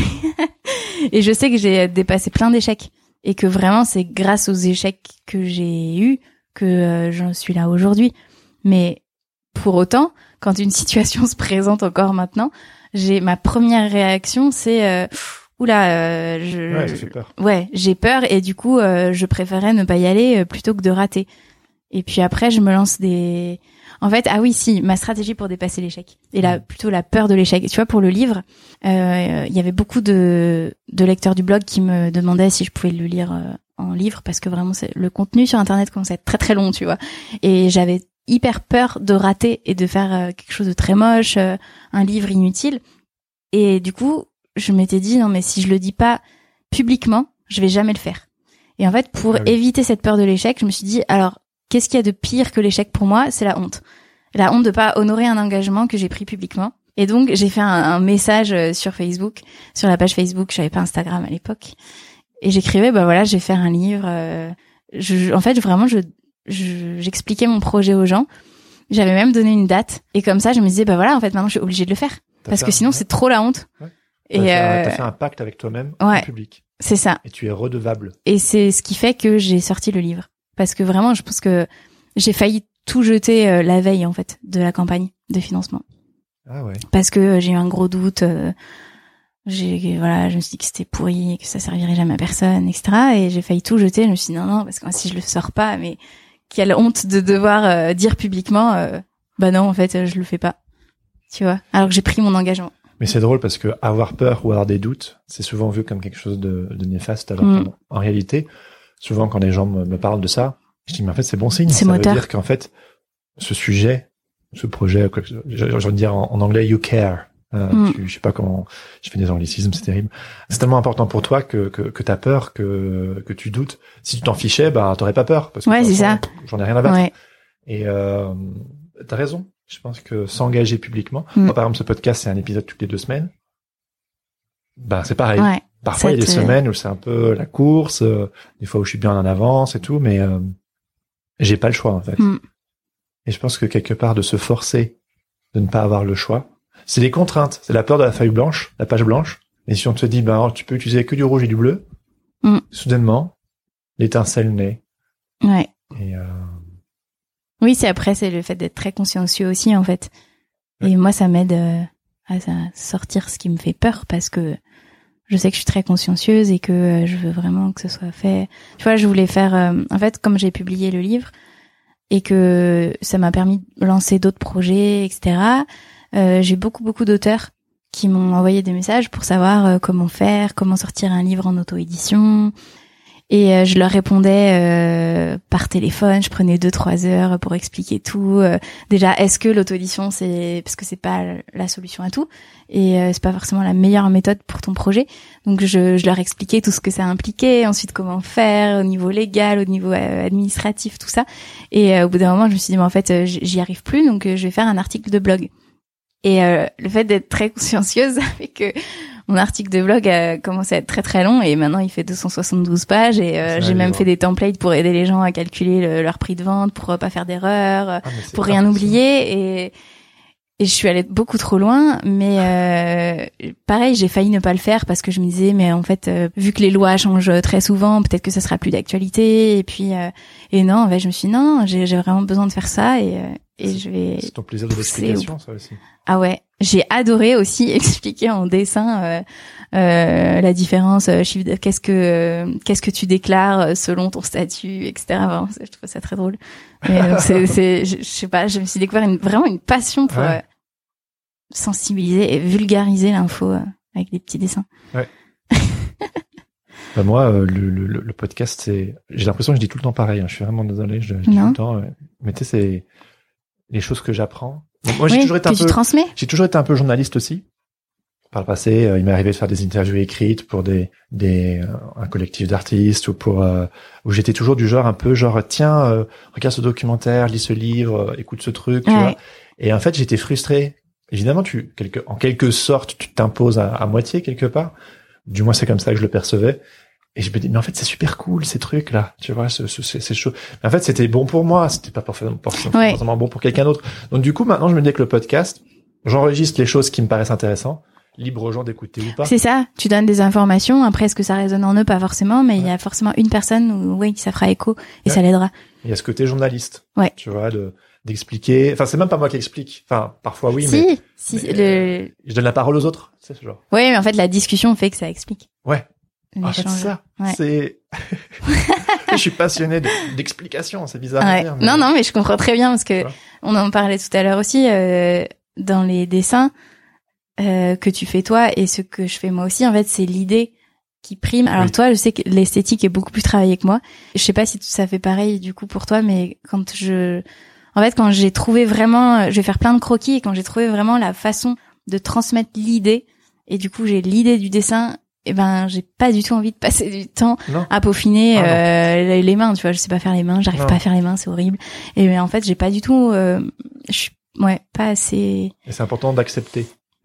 j'ai dépassé plein d'échecs et que vraiment c'est grâce aux échecs que j'ai eus que j'en suis là aujourd'hui. Mais pour autant, quand une situation se présente encore maintenant, ma première réaction, c'est ça fait peur. Ouais, j'ai peur et du coup, je préférais ne pas y aller plutôt que de rater. Et puis après, je me lance en fait, ma stratégie pour dépasser l'échec. Et là, plutôt la peur de l'échec. Tu vois, pour le livre, il y avait beaucoup de lecteurs du blog qui me demandaient si je pouvais le lire en livre, parce que vraiment, le contenu sur Internet commence à être très très long, tu vois. Et j'avais hyper peur de rater et de faire quelque chose de très moche, un livre inutile. Et du coup, je m'étais dit, non, mais si je le dis pas publiquement, je vais jamais le faire. Et en fait, pour éviter cette peur de l'échec, je me suis dit, alors, qu'est-ce qu'il y a de pire que l'échec pour moi? C'est la honte. La honte de pas honorer un engagement que j'ai pris publiquement. Et donc, j'ai fait un message sur Facebook, sur la page Facebook, j'avais pas Instagram à l'époque. Et j'écrivais, bah voilà, je vais faire un livre. En fait, vraiment, j'expliquais mon projet aux gens. J'avais même donné une date. Et comme ça, je me disais, bah voilà, en fait, maintenant, je suis obligée de le faire. Parce que sinon, c'est trop la honte. Ouais. Et t'as fait un pacte avec toi-même en public. C'est ça. Et tu es redevable. Et c'est ce qui fait que j'ai sorti le livre. Parce que vraiment, je pense que j'ai failli tout jeter la veille, en fait, de la campagne de financement. Ah ouais. Parce que j'ai eu un gros doute. Je me suis dit que c'était pourri, que ça servirait jamais à personne, etc. Et j'ai failli tout jeter. Je me suis dit non, parce que si je le sors pas, mais quelle honte de devoir dire publiquement, bah non, en fait, je le fais pas. Tu vois. Alors que j'ai pris mon engagement. Mais c'est drôle parce que avoir peur ou avoir des doutes, c'est souvent vu comme quelque chose de néfaste. Alors qu'en réalité, souvent quand les gens me parlent de ça, je dis mais en fait c'est bon signe. Ça moteur. veut dire qu'en fait ce sujet, ce projet, j'ai envie de dire en anglais you care. Je sais pas comment, je fais des anglicismes, c'est terrible. C'est tellement important pour toi que t'as peur, que tu doutes. Si tu t'en fichais, bah t'aurais pas peur parce que c'est ça. J'en ai rien à battre. Ouais. Et t'as raison. Je pense que s'engager publiquement, moi, par exemple ce podcast c'est un épisode toutes les 2 semaines. Bah c'est pareil. Ouais. Parfois il y a des semaines où c'est un peu la course, des fois où je suis bien en avance et tout, mais j'ai pas le choix en fait. Et je pense que quelque part de se forcer de ne pas avoir le choix. C'est les contraintes, c'est la peur de la feuille blanche, la page blanche. Et si on te dit, bah, tu peux utiliser que du rouge et du bleu, soudainement, l'étincelle naît. Ouais. Et oui, c'est le fait d'être très consciencieux aussi, en fait. Ouais. Et moi, ça m'aide à sortir ce qui me fait peur parce que je sais que je suis très consciencieuse et que je veux vraiment que ce soit fait. Tu vois, je voulais faire, en fait, comme j'ai publié le livre et que ça m'a permis de lancer d'autres projets, etc., j'ai beaucoup d'auteurs qui m'ont envoyé des messages pour savoir comment faire, comment sortir un livre en auto-édition. Et je leur répondais par téléphone, je prenais 2-3 heures pour expliquer tout. Déjà, est-ce que l'auto-édition, parce que c'est pas la solution à tout, et c'est pas forcément la meilleure méthode pour ton projet. Donc je leur expliquais tout ce que ça impliquait, ensuite comment faire au niveau légal, au niveau administratif, tout ça. Et au bout d'un moment, je me suis dit, mais en fait, j'y arrive plus, donc je vais faire un article de blog. Et le fait d'être très consciencieuse fait que mon article de blog a commencé à être très très long et maintenant il fait 272 pages et j'ai même fait des templates pour aider les gens à calculer leur prix de vente pour pas faire d'erreur, pour rien oublier et je suis allée beaucoup trop loin, mais pareil, j'ai failli ne pas le faire parce que je me disais mais en fait vu que les lois changent très souvent, peut-être que ça sera plus d'actualité et puis et non, en fait, je me suis dit non, j'ai vraiment besoin de faire ça et je vais. C'est ton plaisir de l'explication, ça aussi. Ah ouais, j'ai adoré aussi expliquer en dessin la différence. Qu'est-ce que tu déclares selon ton statut, etc. Vraiment, je trouve ça très drôle. Mais donc je sais pas, je me suis découvert vraiment une passion pour sensibiliser et vulgariser l'info avec des petits dessins. Ouais. Bah moi, le podcast, j'ai l'impression que je dis tout le temps pareil. Hein. Je suis vraiment désolé, je dis tout le temps. Mais tu sais, c'est les choses que j'apprends. Moi, j'ai toujours été un peu journaliste aussi. Par le passé, il m'est arrivé de faire des interviews écrites pour un collectif d'artistes ou où j'étais toujours du genre un peu tiens, regarde ce documentaire, lis ce livre, écoute ce truc, tu vois. Et en fait, j'étais frustré. Évidemment, en quelque sorte, tu t'imposes à moitié quelque part. Du moins, c'est comme ça que je le percevais. Et je me dis, mais en fait, c'est super cool, ces trucs-là. Tu vois, c'est chaud. Mais en fait, c'était bon pour moi. C'était pas forcément bon pour quelqu'un d'autre. Donc, du coup, maintenant, je me dis que le podcast, j'enregistre les choses qui me paraissent intéressantes. Libre aux gens d'écouter ou pas. C'est ça. Tu donnes des informations. Après, est-ce que ça résonne en eux? Pas forcément, mais il y a forcément une personne où, ça fera écho et ça l'aidera. Il y a ce côté journaliste. Ouais. Tu vois, d'expliquer. Enfin, c'est même pas moi qui explique. Enfin, parfois oui, mais je donne la parole aux autres. C'est ce genre. Oui, mais en fait, la discussion fait que ça explique. Ouais. En fait, c'est ça. Ouais. Je suis passionné d'explication. C'est bizarre à dire. Mais... Non, mais je comprends très bien parce que on en parlait tout à l'heure aussi dans les dessins que tu fais toi et ce que je fais moi aussi. En fait, c'est l'idée qui prime. Alors toi, je sais que l'esthétique est beaucoup plus travaillée que moi. Je sais pas si ça fait pareil du coup pour toi, mais quand j'ai trouvé vraiment, je vais faire plein de croquis et quand j'ai trouvé vraiment la façon de transmettre l'idée et du coup j'ai l'idée du dessin. Eh ben, j'ai pas du tout envie de passer du temps à peaufiner les mains, tu vois, je sais pas faire les mains, j'arrive pas à faire les mains, c'est horrible. Et en fait, j'ai pas du tout je suis pas assez. Et c'est important d'accepter.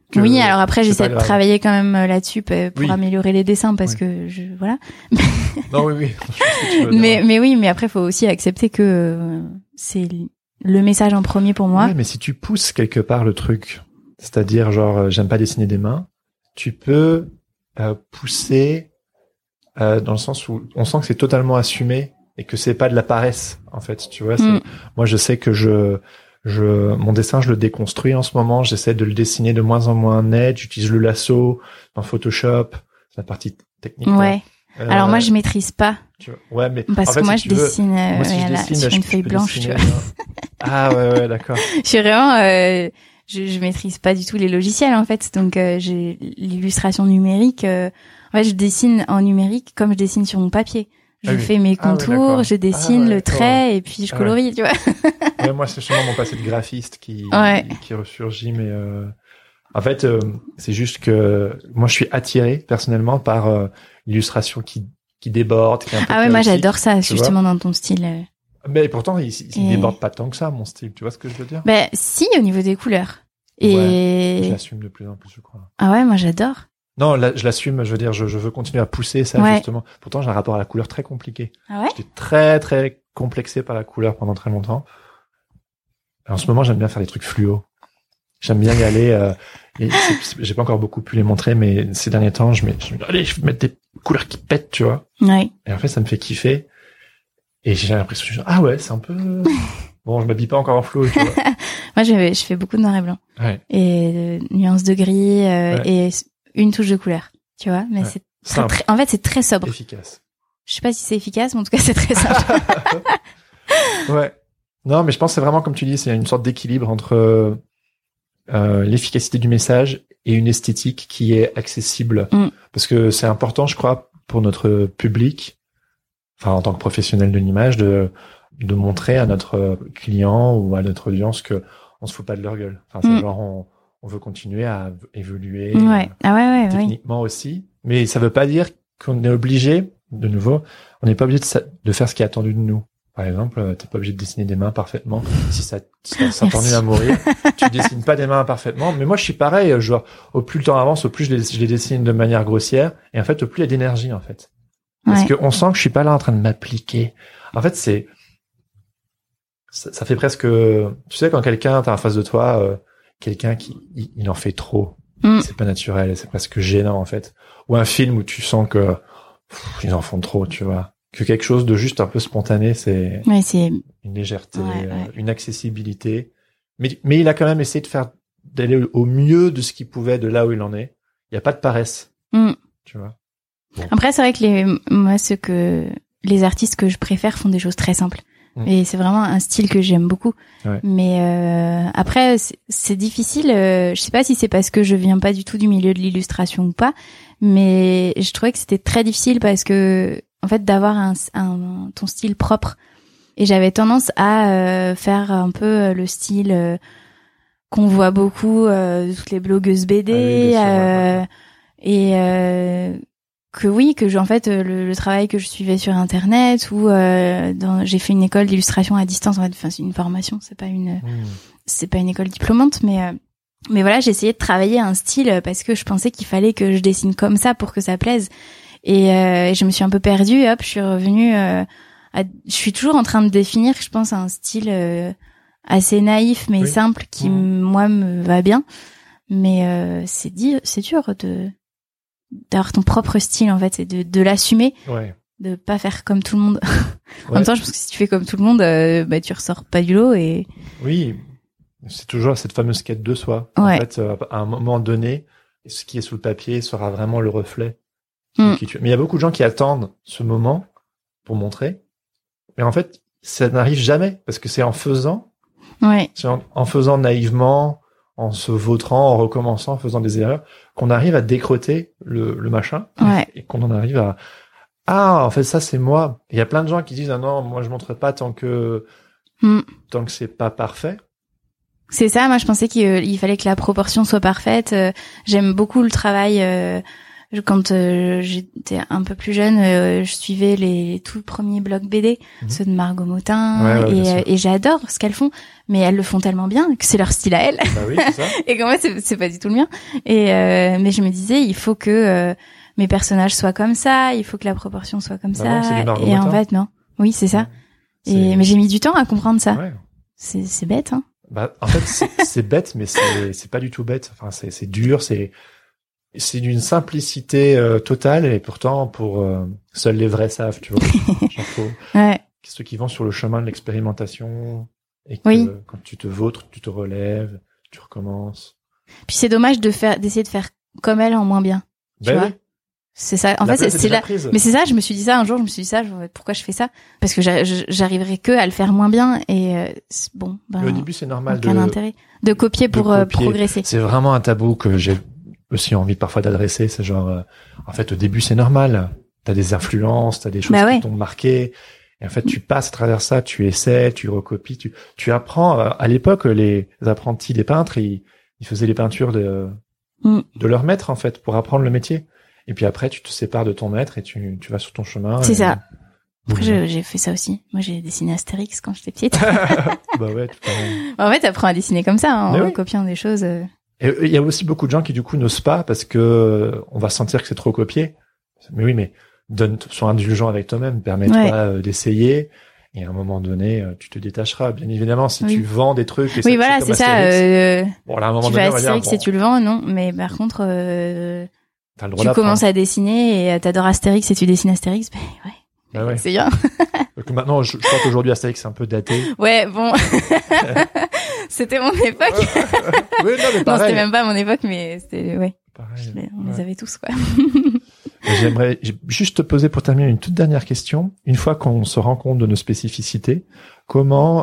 Oui, alors après, j'essaie de grave. travailler quand même là-dessus pour améliorer les dessins parce Oui. que voilà. Non, oui, oui. Je sais ce que tu veux dire. Mais oui, mais après, faut aussi accepter que c'est le message en premier pour moi. Ouais, mais si tu pousses quelque part le truc, c'est-à-dire genre j'aime pas dessiner des mains, tu peux pousser dans le sens où on sent que c'est totalement assumé et que c'est pas de la paresse en fait, tu vois. Moi, je sais que mon dessin, je le déconstruis en ce moment. J'essaie de le dessiner de moins en moins net. J'utilise le lasso dans Photoshop, c'est la partie technique. Ouais. Alors moi, je maîtrise pas. Tu vois. Ouais, mais parce en fait, que moi, si je tu veux, dessine, moi, si je dessine, sur je une peux feuille blanche, tu dessiner, vois. Ah ouais, d'accord. Je suis vraiment, je maîtrise pas du tout les logiciels en fait. Donc j'ai l'illustration numérique. En fait, je dessine en numérique comme je dessine sur mon papier. Je fais mes contours, je dessine le trait et puis je colorie, tu vois. Ouais, moi, c'est justement mon passé de graphiste qui ressurgit, mais en fait, c'est juste que moi, je suis attiré personnellement par l'illustration qui déborde, qui est un peu moi, chaotique, j'adore ça justement dans ton style. Mais pourtant, il déborde pas tant que ça, mon style. Tu vois ce que je veux dire? Ben si, au niveau des couleurs. Et je l'assume de plus en plus, je crois. Ah ouais, moi j'adore. Non, là, je l'assume, je veux dire, je veux continuer à pousser ça, justement. Pourtant, j'ai un rapport à la couleur très compliqué. Ah ouais? J'étais très, très complexé par la couleur pendant très longtemps. Et en ce moment, j'aime bien faire des trucs fluo. J'aime bien y aller, j'ai pas encore beaucoup pu les montrer, mais ces derniers temps, je me dis, allez, je vais mettre des couleurs qui pètent, tu vois. Ouais. Et en fait, ça me fait kiffer. Et j'ai l'impression, ah ouais, c'est un peu, bon, je m'habille pas encore en fluo, tu vois. Moi, je fais beaucoup de noir et blanc. Ouais. Et nuances de gris, et une touche de couleur, tu vois, mais c'est très, en fait, c'est très sobre. Efficace. Je sais pas si c'est efficace, mais en tout cas, c'est très simple. Ouais. Non, mais je pense que c'est vraiment, comme tu dis, c'est une sorte d'équilibre entre l'efficacité du message et une esthétique qui est accessible. Parce que c'est important, je crois, pour notre public, enfin, en tant que professionnel de l'image, de montrer à notre client ou à notre audience que on se fout pas de leur gueule. Enfin, c'est genre, on veut continuer à évoluer. Techniquement aussi. Mais ça veut pas dire qu'on est obligé, de nouveau, on n'est pas obligé de faire ce qui est attendu de nous. Par exemple, t'es pas obligé de dessiner des mains parfaitement. Si ça t'ennuie à mourir, tu dessines pas des mains parfaitement. Mais moi, je suis pareil. Genre, au plus le temps avance, au plus je les dessine de manière grossière. Et en fait, au plus il y a d'énergie, en fait. Parce que on sent que je suis pas là en train de m'appliquer. En fait, ça fait presque, tu sais, quand quelqu'un t'as en face de toi, quelqu'un qui, il en fait trop. C'est pas naturel, c'est presque gênant, en fait. Ou un film où tu sens que, ils en font trop, tu vois. Que quelque chose de juste un peu spontané, c'est une légèreté, une accessibilité. Mais il a quand même essayé d'aller au mieux de ce qu'il pouvait de là où il en est. Il y a pas de paresse. Tu vois. Bon. Après, c'est vrai que les artistes que je préfère font des choses très simples. Et c'est vraiment un style que j'aime beaucoup. Ouais. Mais après, c'est difficile. Je sais pas si c'est parce que je viens pas du tout du milieu de l'illustration ou pas, mais je trouvais que c'était très difficile parce que en fait d'avoir ton style propre. Et j'avais tendance à faire un peu le style qu'on voit beaucoup de toutes les blogueuses BD en fait le travail que je suivais sur internet ou j'ai fait une école d'illustration à distance, en fait, enfin c'est une formation, c'est pas une école diplômante, mais voilà, j'ai essayé de travailler un style parce que je pensais qu'il fallait que je dessine comme ça pour que ça plaise. Et je me suis un peu perdue et hop, je suis revenue je suis toujours en train de définir, je pense, un style assez naïf mais simple qui moi me va bien. Mais c'est dur d'avoir ton propre style, en fait, et de l'assumer, de pas faire comme tout le monde. En même temps, je pense que si tu fais comme tout le monde, tu ressors pas du lot et. Oui, c'est toujours cette fameuse quête de soi. En fait, à un moment donné, ce qui est sous le papier sera vraiment le reflet. Mais il y a beaucoup de gens qui attendent ce moment pour montrer, mais en fait, ça n'arrive jamais parce que c'est en faisant, c'est en faisant naïvement, en se vautrant, en recommençant, en faisant des erreurs, qu'on arrive à décroter le machin et qu'on en arrive à en fait ça c'est moi. Il y a plein de gens qui disent non, moi je montre pas tant que c'est pas parfait. C'est ça, moi je pensais qu'il fallait que la proportion soit parfaite. J'aime beaucoup le travail Quand j'étais un peu plus jeune, je suivais les tout premiers blogs BD, ceux de Margot Motin, et j'adore ce qu'elles font, mais elles le font tellement bien que c'est leur style à elles. Bah oui, c'est ça. Et qu'en fait, c'est pas du tout le mien. Et mais je me disais, il faut que mes personnages soient comme ça, il faut que la proportion soit comme ça. Non, c'est du Margot et Motin. En fait, non. Oui, c'est ça. Ouais, mais j'ai mis du temps à comprendre ça. Ouais. C'est bête, hein. Bah, en fait, c'est bête, mais c'est pas du tout bête. Enfin, c'est dur, c'est d'une simplicité totale, et pourtant, pour seuls les vrais savent, tu vois. Genre, Ouais. Ceux qui vont sur le chemin de l'expérimentation, et que quand tu te vautres, tu te relèves, tu recommences. Puis c'est dommage d'essayer de faire comme elle en moins bien. Tu vois. Oui. C'est ça. En fait, c'est là. Mais c'est ça. Je me suis dit ça un jour. Je me suis dit ça. Pourquoi je fais ça? Parce que j'arriverai que à le faire moins bien. Et bon. Ben, au début, c'est normal aucun intérêt de copier pour progresser. C'est vraiment un tabou que j'ai aussi envie parfois d'adresser. C'est genre, en fait, au début, c'est normal. T'as des influences, t'as des choses qui t'ont marqué. Et en fait, tu passes à travers ça, tu essaies, tu recopies, tu apprends. À l'époque, les apprentis des peintres, ils faisaient les peintures de leur maître, en fait, pour apprendre le métier. Et puis après, tu te sépares de ton maître et tu vas sur ton chemin. C'est ça. Après, j'ai fait ça aussi. Moi, j'ai dessiné Astérix quand j'étais petite. Bah ouais, tout à fait. En fait, t'apprends à dessiner comme ça, hein, en copiant des choses. Et il y a aussi beaucoup de gens qui, du coup, n'osent pas parce que on va sentir que c'est trop copié. Mais oui, mais sois indulgent avec toi-même, permets-toi d'essayer. Et à un moment donné, tu te détacheras. Bien évidemment, si tu vends des trucs... Oui, voilà, c'est ça. Bon, là, à un moment tu donné, vas Astérix si tu le vends, non. Mais par contre, tu commences à dessiner et t'adores Astérix et tu dessines Astérix, ouais. C'est bien. Donc maintenant, je crois qu'aujourd'hui, Astérix, c'est un peu daté. Ouais, bon. C'était mon époque. Oui, non, non, c'était même pas mon époque, mais c'était, pareil. On les avait tous, quoi. J'aimerais juste te poser pour terminer une toute dernière question. Une fois qu'on se rend compte de nos spécificités, comment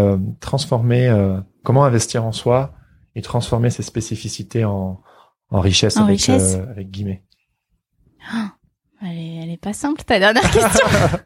comment investir en soi et transformer ces spécificités en richesse avec guillemets. Oh, elle est pas simple ta dernière question.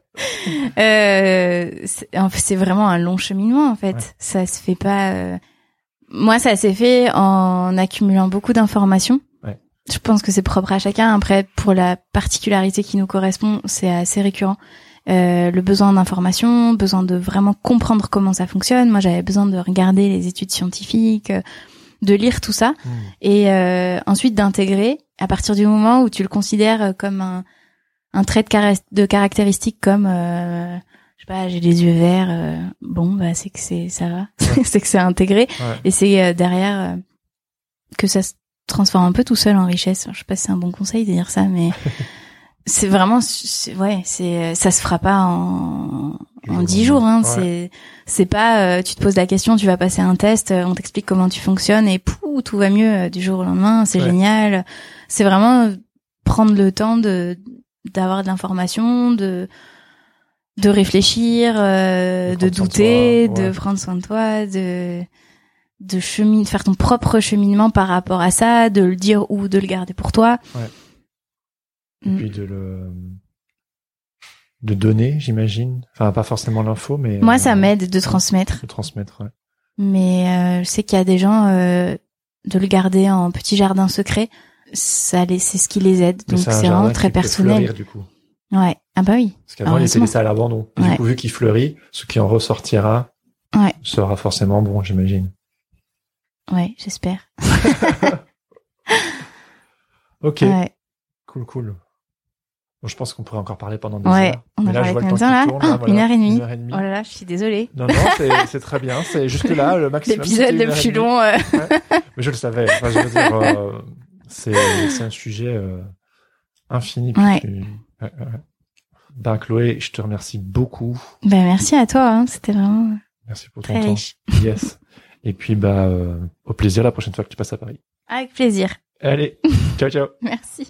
C'est vraiment un long cheminement en fait. Ouais. Ça se fait pas. Moi, ça s'est fait en accumulant beaucoup d'informations. Ouais. Je pense que c'est propre à chacun. Après, pour la particularité qui nous correspond, c'est assez récurrent. Le besoin d'information, besoin de vraiment comprendre comment ça fonctionne. Moi, j'avais besoin de regarder les études scientifiques, de lire tout ça, et ensuite d'intégrer à partir du moment où tu le considères comme un trait de caractéristique, comme je sais pas, j'ai les yeux verts, c'est que ça va, c'est que c'est intégré, et c'est derrière que ça se transforme un peu tout seul en richesse. Je sais pas si c'est un bon conseil de dire ça, mais c'est vraiment, ça se fera pas en 10 jours, hein. Ouais. C'est pas, tu te poses la question, tu vas passer un test, on t'explique comment tu fonctionnes et tout va mieux du jour au lendemain, c'est génial. C'est vraiment prendre le temps d'avoir de l'information, de réfléchir, de douter, de prendre soin de toi, de faire ton propre cheminement par rapport à ça, de le dire ou de le garder pour toi. Ouais. Et puis de donner, j'imagine. Enfin, pas forcément l'info, mais... Moi, ça m'aide de transmettre. De transmettre, ouais. Mais je sais qu'il y a des gens, de le garder en petit jardin secret, c'est ce qui les aide. Donc, c'est vraiment très personnel. Fleurir, du coup. Ouais. Ah bah oui. Parce qu'avant, il était laissé à l'abandon. Du coup, vu qu'il fleurit, ce qui en ressortira sera forcément bon, j'imagine. Ouais, j'espère. Ok. Ouais. Cool. Bon, je pense qu'on pourrait encore parler pendant 2 heures. On a parlé combien de temps là? 1h30. Oh là là, je suis désolée. Non, c'est très bien. C'est juste là, le maximum. L'épisode le plus long. Ouais. Mais je le savais. Enfin, je veux dire, c'est un sujet infini. Ben, Chloé, je te remercie beaucoup. Ben, merci à toi. Hein. C'était vraiment merci pour ton très temps. Riche. Yes. Et puis, au plaisir la prochaine fois que tu passes à Paris. Avec plaisir. Allez, ciao. Merci.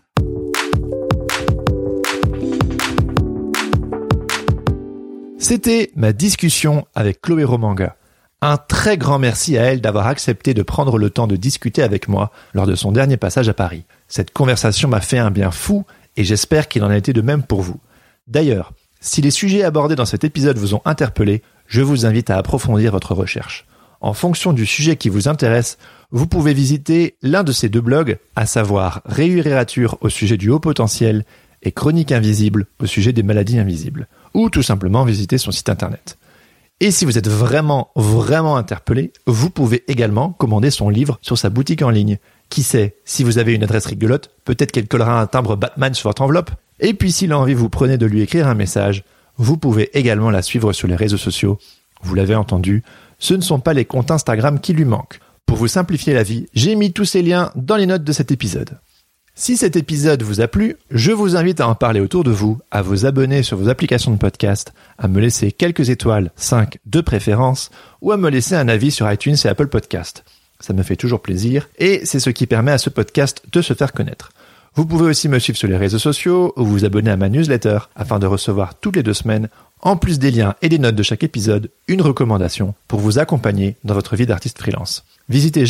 C'était ma discussion avec Chloé Romanga. Un très grand merci à elle d'avoir accepté de prendre le temps de discuter avec moi lors de son dernier passage à Paris. Cette conversation m'a fait un bien fou et j'espère qu'il en a été de même pour vous. D'ailleurs, si les sujets abordés dans cet épisode vous ont interpellé, je vous invite à approfondir votre recherche. En fonction du sujet qui vous intéresse, vous pouvez visiter l'un de ces deux blogs, à savoir Réurérature au sujet du haut potentiel et Chronique invisible au sujet des maladies invisibles, ou tout simplement visiter son site internet. Et si vous êtes vraiment interpellé, vous pouvez également commander son livre sur sa boutique en ligne. Qui sait, si vous avez une adresse rigolote, peut-être qu'elle collera un timbre Batman sur votre enveloppe. Et puis si l'envie vous prenait de lui écrire un message, vous pouvez également la suivre sur les réseaux sociaux. Vous l'avez entendu, ce ne sont pas les comptes Instagram qui lui manquent. Pour vous simplifier la vie, j'ai mis tous ces liens dans les notes de cet épisode. Si cet épisode vous a plu, je vous invite à en parler autour de vous, à vous abonner sur vos applications de podcast, à me laisser quelques étoiles, 5 de préférence, ou à me laisser un avis sur iTunes et Apple Podcast. Ça me fait toujours plaisir, et c'est ce qui permet à ce podcast de se faire connaître. Vous pouvez aussi me suivre sur les réseaux sociaux, ou vous abonner à ma newsletter, afin de recevoir toutes les 2 semaines, en plus des liens et des notes de chaque épisode, une recommandation pour vous accompagner dans votre vie d'artiste freelance. Visitez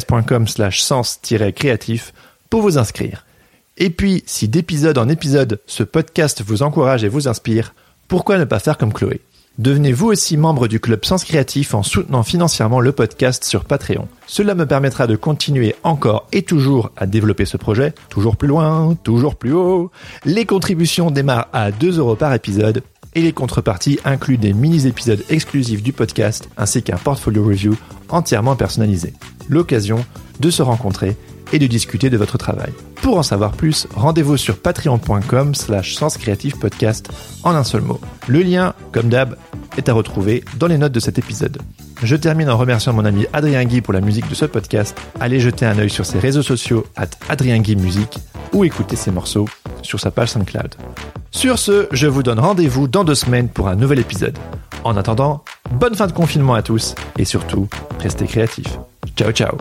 jeremykleis.com/sens-créatif pour vous inscrire. Et puis, si d'épisode en épisode, ce podcast vous encourage et vous inspire, pourquoi ne pas faire comme Chloé ? Devenez vous aussi membre du club Sens Créatif en soutenant financièrement le podcast sur Patreon. Cela me permettra de continuer encore et toujours à développer ce projet, toujours plus loin, toujours plus haut. Les contributions démarrent à 2 € par épisode et les contreparties incluent des mini-épisodes exclusifs du podcast ainsi qu'un portfolio review entièrement personnalisé. L'occasion de se rencontrer et de discuter de votre travail. Pour en savoir plus, rendez-vous sur patreon.com/senscreatifpodcast en un seul mot. Le lien, comme d'hab, est à retrouver dans les notes de cet épisode. Je termine en remerciant mon ami Adrien Guy pour la musique de ce podcast. Allez jeter un œil sur ses réseaux sociaux @AdrienGuyMusique ou écouter ses morceaux sur sa page SoundCloud. Sur ce, je vous donne rendez-vous dans 2 semaines pour un nouvel épisode. En attendant, bonne fin de confinement à tous et surtout, restez créatifs. Ciao ciao.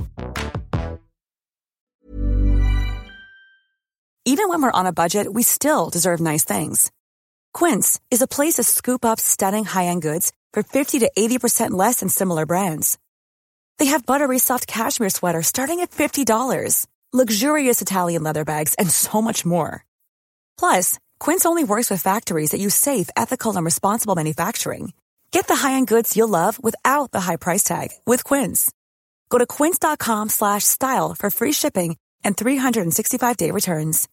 Even when we're on a budget, we still deserve nice things. Quince is a place to scoop up stunning high-end goods for 50 to 80% less than similar brands. They have buttery soft cashmere sweaters starting at $50, luxurious Italian leather bags, and so much more. Plus, Quince only works with factories that use safe, ethical, and responsible manufacturing. Get the high-end goods you'll love without the high price tag with Quince. Go to quince.com/style for free shipping and 365-day returns.